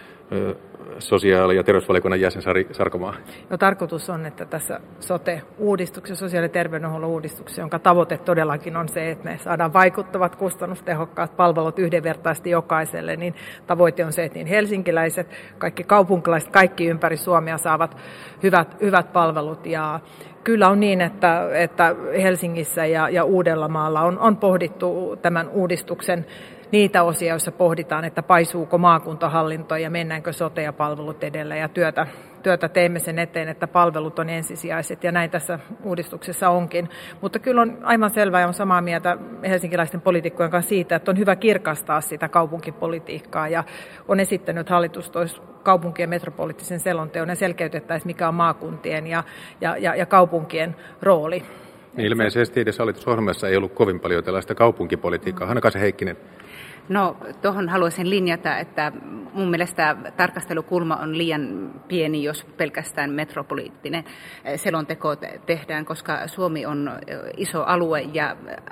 Speaker 14: Sosiaali- ja terveysvaliokunnan jäsen Sari Sarkomaa.
Speaker 17: No, tarkoitus on, että tässä sote-uudistuksessa, sosiaali- ja terveydenhuollon uudistuksessa, jonka tavoite todellakin on se, että me saadaan vaikuttavat, kustannustehokkaat palvelut yhdenvertaisesti jokaiselle, niin tavoite on se, että niin helsinkiläiset, kaikki kaupunkilaiset, kaikki ympäri Suomea saavat hyvät, hyvät palvelut. Ja kyllä on niin, että, että Helsingissä ja, ja Uudellamaalla on, on pohdittu tämän uudistuksen niitä osia, joissa pohditaan, että paisuuko maakuntahallinto ja mennäänkö sote- ja palvelut edellä, ja työtä, työtä teemme sen eteen, että palvelut on ensisijaiset, ja näin tässä uudistuksessa onkin. Mutta kyllä on aivan selvää ja on samaa mieltä helsinkiläisten poliitikkojen kanssa siitä, että on hyvä kirkastaa sitä kaupunkipolitiikkaa, ja on esittänyt, että hallitus toisi kaupunkien metropoliittisen selonteon ja selkeytettäisiin, mikä on maakuntien ja, ja, ja, ja kaupunkien rooli.
Speaker 14: Ilmeisesti edes hallitusohjelmassa ei ollut kovin paljon tällaista kaupunkipolitiikkaa. Hannakaisa Heikkinen.
Speaker 15: No, tuohon haluaisin linjata, että mun mielestä tarkastelukulma on liian pieni, jos pelkästään metropoliittinen selonteko tehdään, koska Suomi on iso alue ja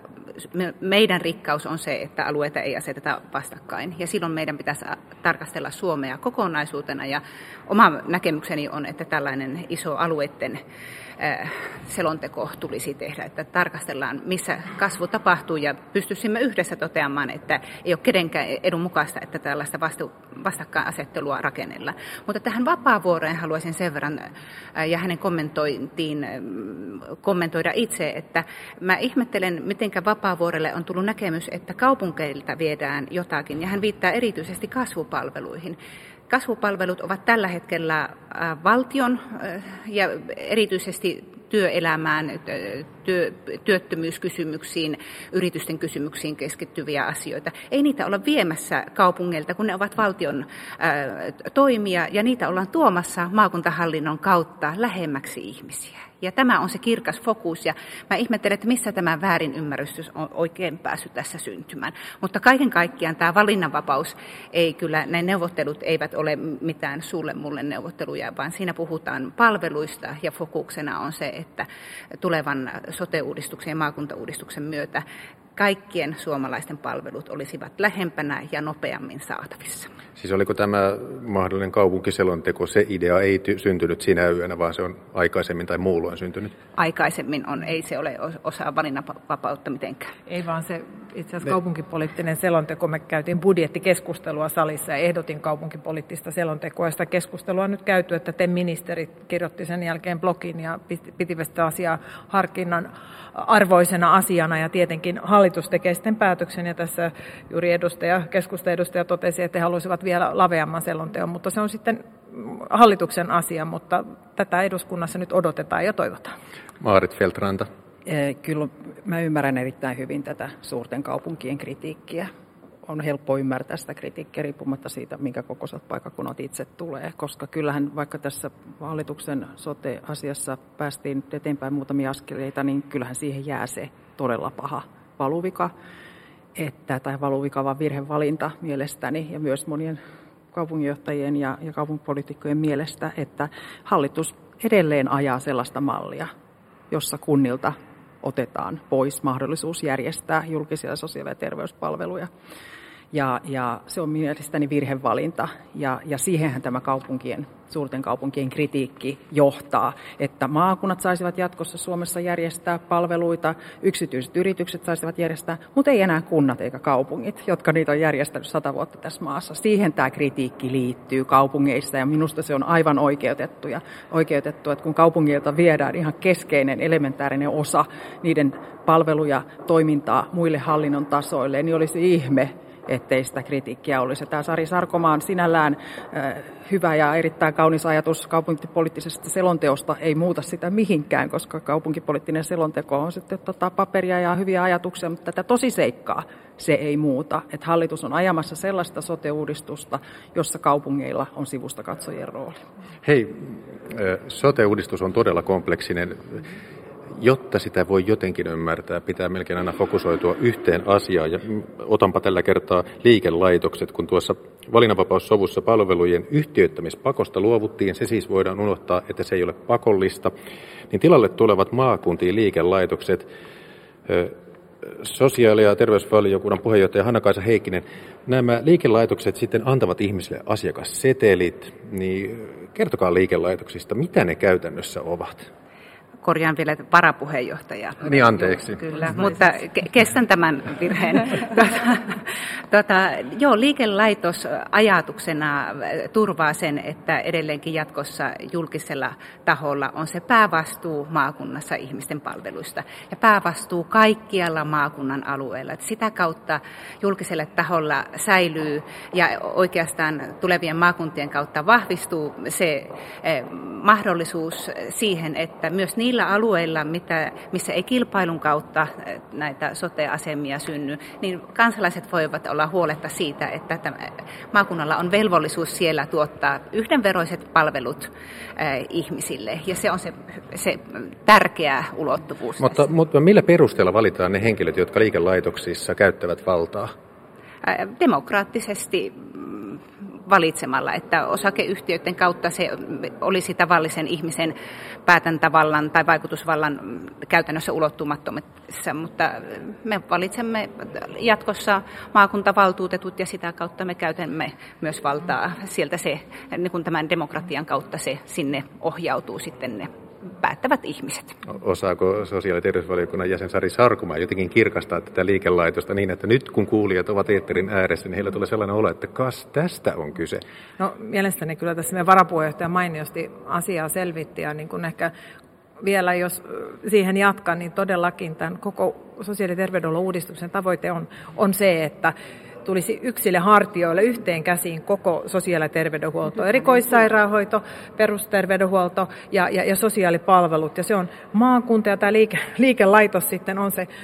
Speaker 15: meidän rikkaus on se, että alueita ei aseteta vastakkain. Ja silloin meidän pitäisi tarkastella Suomea kokonaisuutena. Ja oma näkemykseni on, että tällainen iso alueiden selonteko tulisi tehdä, että tarkastellaan, missä kasvu tapahtuu, ja pystyisimme yhdessä toteamaan, että ei ole kenenkään edun mukaista, että tällaista vastu, vastakkainasettelua rakennellaan. Mutta tähän Vapaavuoreen haluaisin sen verran ja hänen kommentointiin kommentoida itse, että mä ihmettelen, mitenkä Vapaavuorelle on tullut näkemys, että kaupunkeilta viedään jotakin, ja hän viittaa erityisesti kasvupalveluihin. Kasvupalvelut ovat tällä hetkellä valtion ja erityisesti työelämään, työ, työttömyyskysymyksiin, yritysten kysymyksiin keskittyviä asioita. Ei niitä olla viemässä kaupungeilta, kun ne ovat valtion ää, toimia, ja niitä ollaan tuomassa maakuntahallinnon kautta lähemmäksi ihmisiä. Ja tämä on se kirkas fokus, ja mä ihmettelen, että missä tämä väärinymmärrys on oikein päässyt tässä syntymään. Mutta kaiken kaikkiaan tämä valinnanvapaus ei kyllä, ne neuvottelut eivät ole mitään sulle mulle neuvotteluja, vaan siinä puhutaan palveluista, ja fokuksena on se, että tulevan sote-uudistuksen ja maakuntauudistuksen myötä kaikkien suomalaisten palvelut olisivat lähempänä ja nopeammin saatavissa.
Speaker 14: Siis oliko tämä mahdollinen kaupunkiselonteko, se idea ei ty- syntynyt sinä yönä, vaan se on aikaisemmin tai muulloin syntynyt?
Speaker 15: Aikaisemmin on, ei se ole osa valinnanvapautta mitenkään.
Speaker 17: Ei vaan se itse asiassa kaupunkipoliittinen selonteko, me käytiin budjettikeskustelua salissa ja ehdotin kaupunkipoliittista selontekoa, ja sitä keskustelua on nyt käyty, että te ministerit kirjoitti sen jälkeen blogin ja pitivät sitä asiaa harkinnan arvoisena asiana, ja tietenkin hallitus tekee sitten päätöksen, ja tässä juuri edustaja, keskustaedustaja totesi, että he haluaisivat vielä laveamman selonteon, mutta se on sitten hallituksen asia, mutta tätä eduskunnassa nyt odotetaan ja toivotaan.
Speaker 14: Maarit Feldt-Ranta.
Speaker 16: Kyllä mä ymmärrän erittäin hyvin tätä suurten kaupunkien kritiikkiä. On helppo ymmärtää sitä kritiikkiä riippumatta siitä, minkä kokoiset paikkakunnat itse tulee, koska kyllähän vaikka tässä hallituksen sote-asiassa päästiin eteenpäin muutamia askeleita, niin kyllähän siihen jää se todella paha valuvika, että, tai valuvika vaan virhevalinta mielestäni ja myös monien kaupunginjohtajien ja, ja kaupunkipoliitikkojen mielestä, että hallitus edelleen ajaa sellaista mallia, jossa kunnilta otetaan pois mahdollisuus järjestää julkisia sosiaali- ja terveyspalveluja. Ja, ja se on mielestäni virhevalinta, ja, ja siihenhän tämä kaupunkien, suurten kaupunkien kritiikki johtaa, että maakunnat saisivat jatkossa Suomessa järjestää palveluita, yksityiset yritykset saisivat järjestää, mutta ei enää kunnat eikä kaupungit, jotka niitä on järjestänyt sata vuotta tässä maassa. Siihen tämä kritiikki liittyy kaupungeissa, ja minusta se on aivan oikeutettu, ja oikeutettu, että kun kaupungilta viedään ihan keskeinen elementäärinen osa niiden palveluja, toimintaa muille hallinnon tasoille, niin olisi ihme, ettei sitä kritiikkiä olisi. Tämä Sari Sarkomaan sinällään äh, hyvä ja erittäin kaunis ajatus kaupunkipoliittisesta selonteosta ei muuta sitä mihinkään, koska kaupunkipoliittinen selonteko on sitten tota, paperia ja hyviä ajatuksia, mutta tätä tosiseikkaa se ei muuta. Että hallitus on ajamassa sellaista sote-uudistusta, jossa kaupungeilla on sivusta katsojien rooli.
Speaker 14: Hei, sote-uudistus on todella kompleksinen. jotta sitä voi jotenkin ymmärtää, pitää melkein aina fokusoitua yhteen asiaan. Ja otanpa tällä kertaa liikelaitokset, kun tuossa valinnanvapaussovussa palvelujen yhtiöittämispakosta luovuttiin, se siis voidaan unohtaa, että se ei ole pakollista, niin tilalle tulevat maakuntiin liikelaitokset. Sosiaali- ja terveysvaliokunnan puheenjohtaja Hanna-Kaisa Heikkinen, nämä liikelaitokset sitten antavat ihmisille asiakassetelit, niin kertokaa liikelaitoksista, mitä ne käytännössä ovat?
Speaker 15: Korjaan vielä varapuheenjohtaja.
Speaker 14: Niin, anteeksi.
Speaker 15: Kyllä, mutta kestän tämän virheen. Tuota, tuota, joo, liikelaitos ajatuksena turvaa sen, että edelleenkin jatkossa julkisella taholla on se päävastuu maakunnassa ihmisten palveluista ja päävastuu kaikkialla maakunnan alueella. Että sitä kautta julkisella taholla säilyy ja oikeastaan tulevien maakuntien kautta vahvistuu se eh, mahdollisuus siihen, että myös niillä alueilla, mitä, missä ei kilpailun kautta näitä sote-asemia synny, niin kansalaiset voivat olla huoletta siitä, että tämä, maakunnalla on velvollisuus siellä tuottaa yhdenveroiset palvelut äh, ihmisille, ja se on se, se tärkeä ulottuvuus.
Speaker 14: Mutta, mutta millä perusteella valitaan ne henkilöt, jotka liikelaitoksissa käyttävät valtaa?
Speaker 15: Äh, demokraattisesti valitsemalla, että osakeyhtiöiden kautta se olisi tavallisen ihmisen päätäntävallan tai vaikutusvallan käytännössä ulottumattomissa, mutta me valitsemme jatkossa maakuntavaltuutetut ja sitä kautta me käytämme myös valtaa. Sieltä se, niin kuin tämän demokratian kautta se sinne ohjautuu sitten ne päättävät ihmiset.
Speaker 14: Osaako sosiaali- ja terveysvaliokunnan jäsen Sari Sarkomaa jotenkin kirkastaa tätä liikelaitosta niin, että nyt kun kuulijat ovat eetterin ääressä, niin heillä tulee sellainen olo, että kas tästä on kyse?
Speaker 17: No mielestäni kyllä tässä meidän varapuheenjohtaja mainiosti asiaa selvitti ja niin kuin ehkä vielä jos siihen jatkan, niin todellakin tämän koko sosiaali- ja terveydenhuollon uudistuksen tavoite on, on se, että tulisi yksille hartioille yhteen käsiin koko sosiaali- ja terveydenhuolto, erikoissairaanhoito, perusterveydenhuolto ja, ja, ja sosiaalipalvelut. Ja se on maakunta ja tämä liike, liikelaitos sitten on se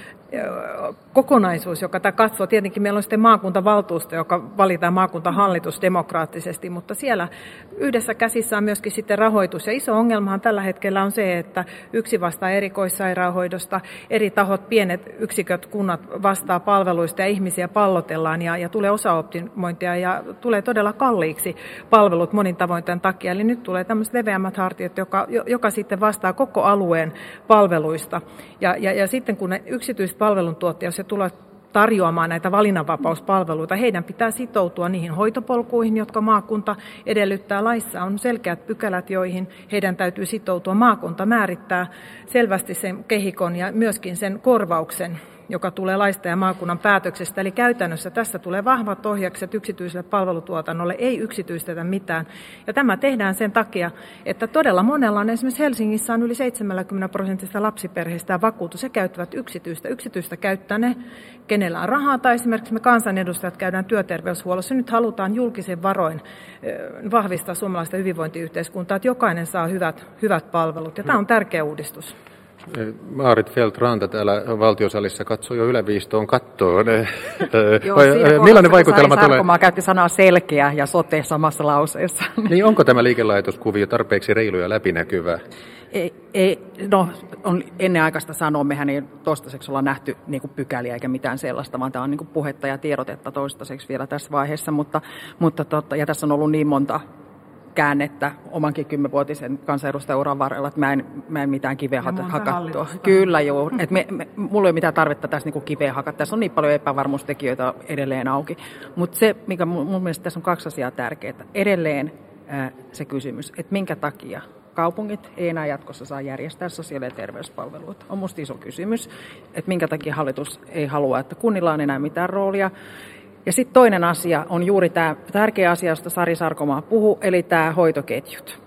Speaker 17: kokonaisuus, joka tämä katsoo. Tietenkin meillä on sitten maakuntavaltuusto, joka valitaan maakuntahallitus demokraattisesti, mutta siellä yhdessä käsissä on myöskin sitten rahoitus. Ja iso ongelmahan tällä hetkellä on se, että yksi vastaa erikoissairaanhoidosta, eri tahot, pienet yksiköt, kunnat vastaa palveluista ja ihmisiä pallotellaan ja, ja tulee osaoptimointia ja tulee todella kalliiksi palvelut monin tavoin tämän takia. Eli nyt tulee tämmöiset leveämmät hartiat, joka, joka sitten vastaa koko alueen palveluista. Ja, ja, ja sitten kun ne yksityiset palveluntuottajat, jos se tulee tarjoamaan näitä valinnanvapauspalveluita, heidän pitää sitoutua niihin hoitopolkuihin, jotka maakunta edellyttää. Laissa on selkeät pykälät, joihin heidän täytyy sitoutua. Maakunta määrittää selvästi sen kehikon ja myöskin sen korvauksen, joka tulee laista ja maakunnan päätöksestä. Eli käytännössä tässä tulee vahvat ohjaukset yksityiselle palvelutuotannolle, ei yksityistetä mitään. Ja tämä tehdään sen takia, että todella monella on esimerkiksi Helsingissä on yli seitsemänkymmentä prosentista lapsiperheistä vakuutus ja käyttävät yksityistä. Yksityistä käyttää ne, kenellä on rahaa, tai esimerkiksi me kansanedustajat käydään työterveyshuollossa. Nyt halutaan julkisen varoin vahvistaa suomalaista hyvinvointiyhteiskuntaa, että jokainen saa hyvät, hyvät palvelut. Ja tämä on tärkeä uudistus.
Speaker 14: Maarit Feldt-Ranta täällä valtiosalissa katsoo jo yläviistoon kattoon.
Speaker 16: Joo, millainen vaikutelma tulee? Sarkomaa käytti sanaa selkeä ja sote samassa lauseessa.
Speaker 14: Niin onko tämä liikelaitoskuvio tarpeeksi reilu ja läpinäkyvä?
Speaker 16: Ei, ei, no on ennenaikaista sanoa, mehän ei toistaiseksi olla nähty niin kuin pykäliä eikä mitään sellaista, vaan tämä on niin kuin puhetta ja tiedotetta toistaiseksi vielä tässä vaiheessa, mutta, mutta totta, ja tässä on ollut niin monta käännettä omankin kymmenvuotisen kansanedustajauran varrella, että mä en, mä en mitään kiveä hakattua. Kyllä joo, että me, me, mulla ei ole mitään tarvetta tässä niin kuin kiveä hakata. Tässä on niin paljon epävarmuustekijöitä edelleen auki. Mutta se, mikä mun, mun mielestä tässä on kaksi asiaa tärkeää. Edelleen ää, se kysymys, että minkä takia kaupungit ei enää jatkossa saa järjestää sosiaali- ja terveyspalveluita. On musta iso kysymys, että minkä takia hallitus ei halua, että kunnilla on enää mitään roolia. Ja sitten toinen asia on juuri tämä tärkeä asia, josta Sari Sarkomaa puhui, eli tämä hoitoketjut.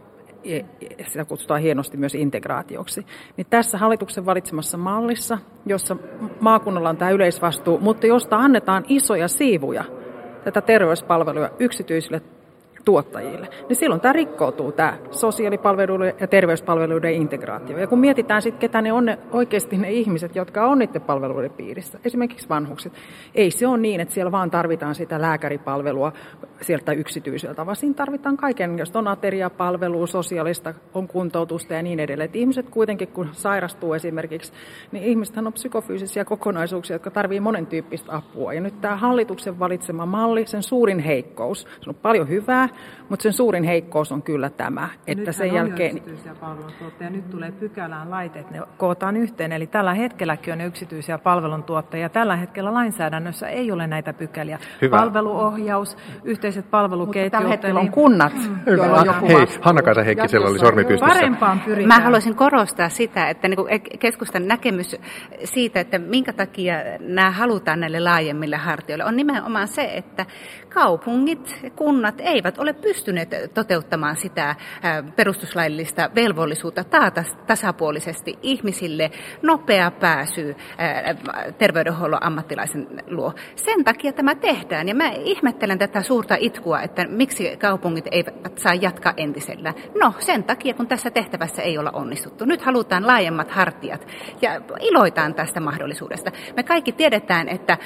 Speaker 16: Sitä kutsutaan hienosti myös integraatioksi. Niin tässä hallituksen valitsemassa mallissa, jossa maakunnalla on tämä yleisvastuu, mutta josta annetaan isoja siivuja tätä terveyspalveluja yksityisille tuottajille, niin silloin tämä rikkoutuu, tämä sosiaalipalveluiden ja terveyspalveluiden integraatio. Ja kun mietitään sitten, ketä ne on ne, oikeasti ne ihmiset, jotka on niiden palveluiden piirissä, esimerkiksi vanhukset, ei se ole niin, että siellä vaan tarvitaan sitä lääkäripalvelua sieltä yksityiseltä, vaan siinä tarvitaan kaiken, jos on ateriapalvelua, sosiaalista, on kuntoutusta ja niin edelleen. Et ihmiset kuitenkin, kun sairastuu esimerkiksi, niin ihmisethän on psykofyysisiä kokonaisuuksia, jotka tarvitsevat monen tyyppistä apua. Ja nyt tämä hallituksen valitsema malli, sen suurin heikkous, se on paljon hyvää, mutta sen suurin heikkous on kyllä tämä, että sen jälkeen...
Speaker 17: yksityisiä palveluntuottajia. Nyt tulee pykälään laite, että ne kootaan yhteen. Eli tällä hetkelläkin on yksityisiä palveluntuottajia. Tällä hetkellä lainsäädännössä ei ole näitä pykäliä. Hyvä. Palveluohjaus, yhteiset palveluketjut.
Speaker 16: Mutta tällä hetkellä on kunnat, joilla on joku
Speaker 14: Hei, Hanna-Kaisa Heikkisellä oli sormi pystyssä.
Speaker 17: Parempaan pyritään.
Speaker 15: Mä haluaisin korostaa sitä, että niin kuin keskustan näkemys siitä, että minkä takia nämä halutaan näille laajemmille hartioille, on nimenomaan se, että kaupungit, kunnat eivät ole pystyneet toteuttamaan sitä perustuslaillista velvollisuutta taata tasapuolisesti ihmisille nopea pääsy terveydenhuollon ammattilaisen luo. Sen takia tämä tehdään, ja mä ihmettelen tätä suurta itkua, että miksi kaupungit eivät saa jatkaa entisellä. No, sen takia, kun tässä tehtävässä ei olla onnistuttu. Nyt halutaan laajemmat hartiat, ja iloitaan tästä mahdollisuudesta. Me kaikki tiedetään, että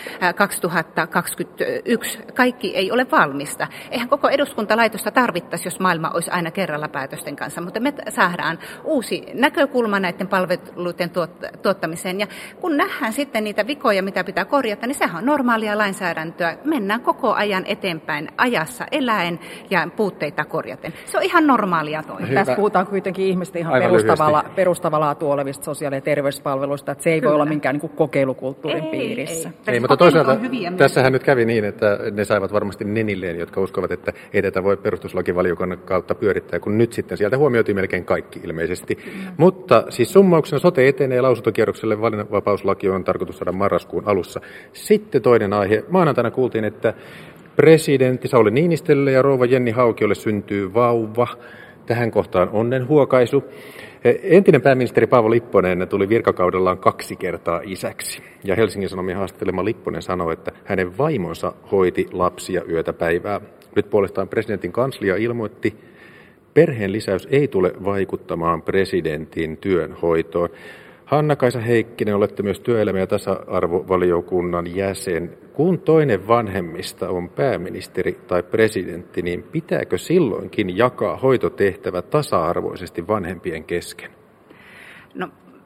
Speaker 15: kaksituhattakaksikymmentäyksi kaikki ei ole valmista. Eihän koko eduskuntalaitosta tarvittaisi, jos maailma olisi aina kerralla päätösten kanssa, mutta me saadaan uusi näkökulma näiden palveluiden tuottamiseen. Ja kun nähdään sitten niitä vikoja, mitä pitää korjata, niin sehän on normaalia lainsäädäntöä. Mennään koko ajan eteenpäin ajassa eläen ja puutteita korjaten. Se on ihan normaalia toimia.
Speaker 16: Tässä puhutaan kuitenkin ihmisten ihan perustavalla, perustavalla laatua olevista sosiaali- ja terveyspalveluista, että se ei Kyllä. voi olla minkään niin kuin kokeilukulttuurin
Speaker 17: ei,
Speaker 16: piirissä.
Speaker 14: Ei, ei mutta toisaalta tässähän nyt kävi niin, että ne saivat varmasti nenilleen, jotka uskovat, että ei tätä voi perustuslakivaliokunnan kautta pyörittää, kun nyt sitten sieltä huomioitiin melkein kaikki ilmeisesti. Mm. Mutta siis summauksena sote etenee lausuntokierrokselle, valinnanvapauslaki on tarkoitus saada marraskuun alussa. Sitten toinen aihe. Maanantaina kuultiin, että presidentti Sauli Niinistölle ja rouva Jenni Haukiolle syntyy vauva. Tähän kohtaan onnen huokaisu. Entinen pääministeri Paavo Lipponen tuli virkakaudellaan kaksi kertaa isäksi. Ja Helsingin Sanomien haastattelema Lipponen sanoi, että hänen vaimonsa hoiti lapsia yötä päivää. Nyt puolestaan presidentin kanslia ilmoitti, perheen lisäys ei tule vaikuttamaan presidentin työnhoitoon. Hanna-Kaisa Heikkinen, olette myös työelämä- ja tasa-arvovaliokunnan jäsen. Kun toinen vanhemmista on pääministeri tai presidentti, niin pitääkö silloinkin jakaa hoitotehtävä tasa-arvoisesti vanhempien kesken?
Speaker 15: No,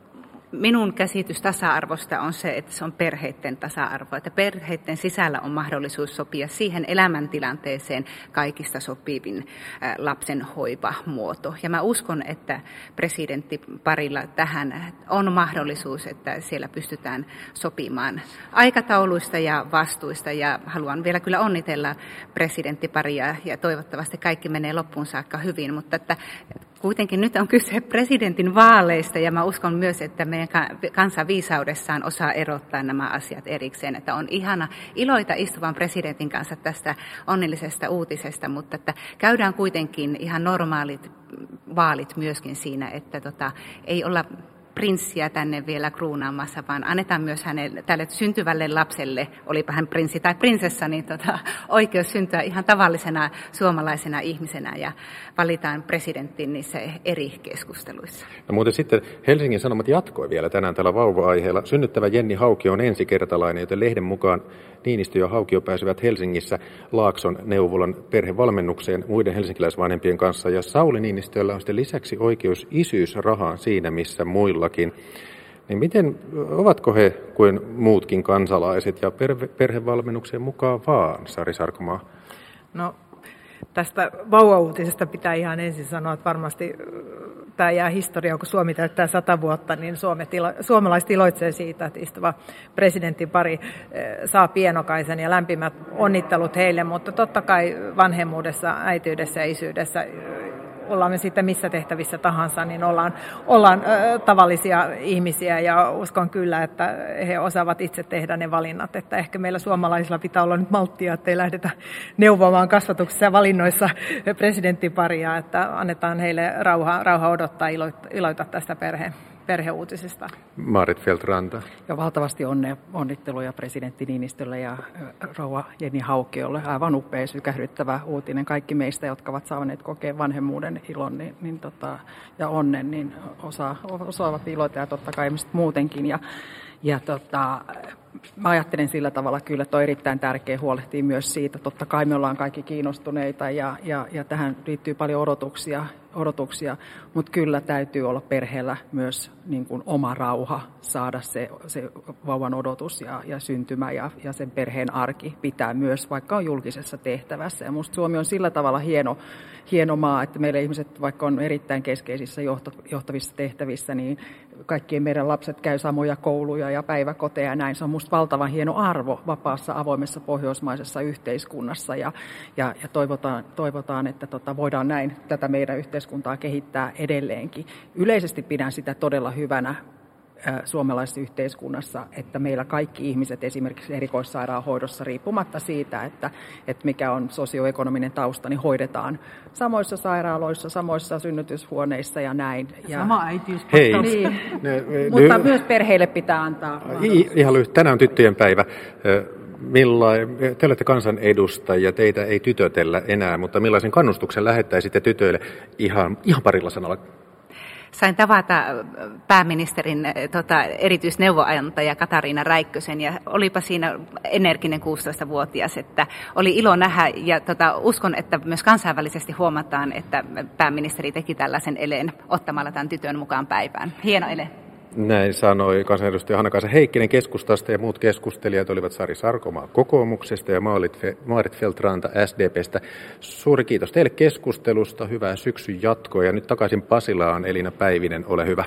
Speaker 15: minun käsitys tasa-arvosta on se, että se on perheiden tasa-arvo, että perheiden sisällä on mahdollisuus sopia siihen elämäntilanteeseen kaikista sopivin lapsen hoivamuoto. Ja mä uskon, että presidenttiparilla tähän on mahdollisuus, että siellä pystytään sopimaan aikatauluista ja vastuista. Ja haluan vielä kyllä onnitella presidenttiparia ja toivottavasti kaikki menee loppuun saakka hyvin, mutta että kuitenkin nyt on kyse presidentin vaaleista ja mä uskon myös, että meidän kansa viisaudessaan osaa erottaa nämä asiat erikseen. Että on ihana iloita istuvan presidentin kanssa tästä onnellisesta uutisesta, mutta että käydään kuitenkin ihan normaalit vaalit myöskin siinä, että tota, ei olla prinssiä tänne vielä kruunaamassa, vaan annetaan myös hänelle, tälle syntyvälle lapselle, olipa hän prinssi tai prinsessa, niin tota, oikeus syntyä ihan tavallisena suomalaisena ihmisenä ja valitaan presidenttiin niissä eri keskusteluissa.
Speaker 14: No muuten sitten Helsingin Sanomat jatkoi vielä tänään tällä vauva-aiheella. Synnyttävä Jenni Haukio on ensikertalainen, joten lehden mukaan Niinistö ja Haukio pääsevät Helsingissä Laakson neuvolan perhevalmennukseen muiden helsinkiläisvanhempien kanssa. Ja Sauli Niinistöllä on sitten lisäksi oikeus isyysrahaan siinä, missä muillakin. Niin miten, ovatko he kuin muutkin kansalaiset ja perhe, perhevalmennukseen mukaan vaan, Sari Sarkomaa?
Speaker 17: No tästä vauva-uutisesta pitää ihan ensin sanoa, että varmasti tämä jää historiaan, kun Suomi täyttää sata vuotta, niin Suomet ilo, suomalaiset iloitsee siitä, että istuva presidenttipari saa pienokaisen ja lämpimät onnittelut heille, mutta totta kai vanhemmuudessa, äitiydessä ja isyydessä, ollaan me sitten missä tehtävissä tahansa, niin ollaan, ollaan ö, tavallisia ihmisiä ja uskon kyllä, että he osaavat itse tehdä ne valinnat. Että ehkä meillä suomalaisilla pitää olla nyt malttia, että ei lähdetä neuvomaan kasvatuksessa ja valinnoissa presidenttiparia, että annetaan heille rauha, rauha odottaa iloita, iloita tästä perheen, perheuutisista.
Speaker 14: Maarit Feldt-Ranta.
Speaker 16: Ja valtavasti onne, onnitteluja presidentti Niinistölle ja rouva Jenni Haukiolle. Aivan upea, sykähdyttävä uutinen. Kaikki meistä, jotka ovat saaneet kokea vanhemmuuden ilon niin, niin tota, ja onnen, niin osa, osaavat iloita ja totta kai ihmiset muutenkin. Ja, ja tota, mä ajattelen sillä tavalla kyllä, että on erittäin tärkeää huolehtia myös siitä. Totta kai me ollaan kaikki kiinnostuneita ja, ja, ja tähän liittyy paljon odotuksia, odotuksia mutta kyllä täytyy olla perheellä myös niin kuin oma rauha saada se, se vauvan odotus ja, ja syntymä ja, ja sen perheen arki pitää myös, vaikka on julkisessa tehtävässä. Ja musta Suomi on sillä tavalla hieno, hieno maa, että meillä ihmiset, vaikka on erittäin keskeisissä johtavissa tehtävissä, niin kaikkien meidän lapset käy samoja kouluja ja päiväkoteja ja näin. Se on musta valtavan hieno arvo vapaassa, avoimessa pohjoismaisessa yhteiskunnassa ja, ja, ja toivotaan, toivotaan, että tota, voidaan näin tätä meidän yhteiskuntaa kehittää edelleenkin. Yleisesti pidän sitä todella hyvänä suomalaisessa yhteiskunnassa, että meillä kaikki ihmiset esimerkiksi erikoissairaanhoidossa riippumatta siitä, että, että mikä on sosioekonominen tausta, niin hoidetaan samoissa sairaaloissa, samoissa synnytyshuoneissa ja näin. Ja
Speaker 17: sama äitiys.
Speaker 14: Hei.
Speaker 16: Niin. Ne, ne, mutta ne, myös perheille pitää antaa.
Speaker 14: Ihan lyhyesti. Tänään on tyttöjen päivä. Millain, te olette kansanedustajia, teitä ei tytötellä enää, mutta millaisen kannustuksen lähettäisitte tytöille ihan, ihan parilla sanalla?
Speaker 15: Sain tavata pääministerin tota, erityisneuvoantaja Katariina Räikkösen ja olipa siinä energinen kuusitoistavuotias, että oli ilo nähdä ja tota, uskon, että myös kansainvälisesti huomataan, että pääministeri teki tällaisen eleen ottamalla tämän tytön mukaan päivään. Hieno ele.
Speaker 14: Näin sanoi kansanedustaja Hannakaisa Heikkinen keskustasta ja muut keskustelijat olivat Sari Sarkomaa kokoomuksesta ja Maarit Feldt-Ranta S D P:stä. Suuri kiitos teille keskustelusta, hyvää syksyn jatkoa ja nyt takaisin Pasilaan. Elina Päivinen, ole hyvä.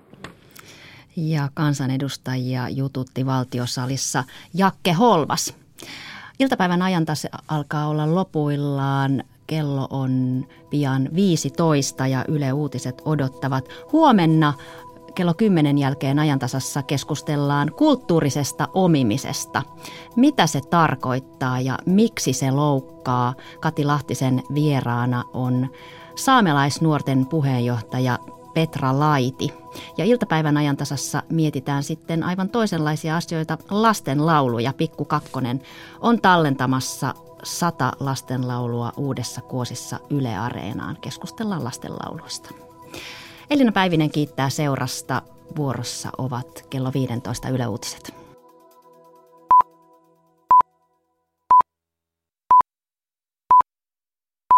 Speaker 2: Ja kansanedustajia jututti valtiosalissa Jakke Holvas. Iltapäivän ajantase alkaa olla lopuillaan. Kello on pian viisitoista ja Yle Uutiset odottavat. Huomenna kello kymmenen jälkeen ajantasassa keskustellaan kulttuurisesta omimisesta. Mitä se tarkoittaa ja miksi se loukkaa? Kati Lahtisen vieraana on saamelaisnuorten puheenjohtaja Petra Laiti. Ja iltapäivän ajantasassa mietitään sitten aivan toisenlaisia asioita. Lastenlauluja. Pikku Kakkonen on tallentamassa sata lastenlaulua uudessa kuosissa Yle Areenaan. Keskustellaan lastenlauluista. Elina Päivinen kiittää seurasta. Vuorossa ovat kello viisitoista Yle Uutiset.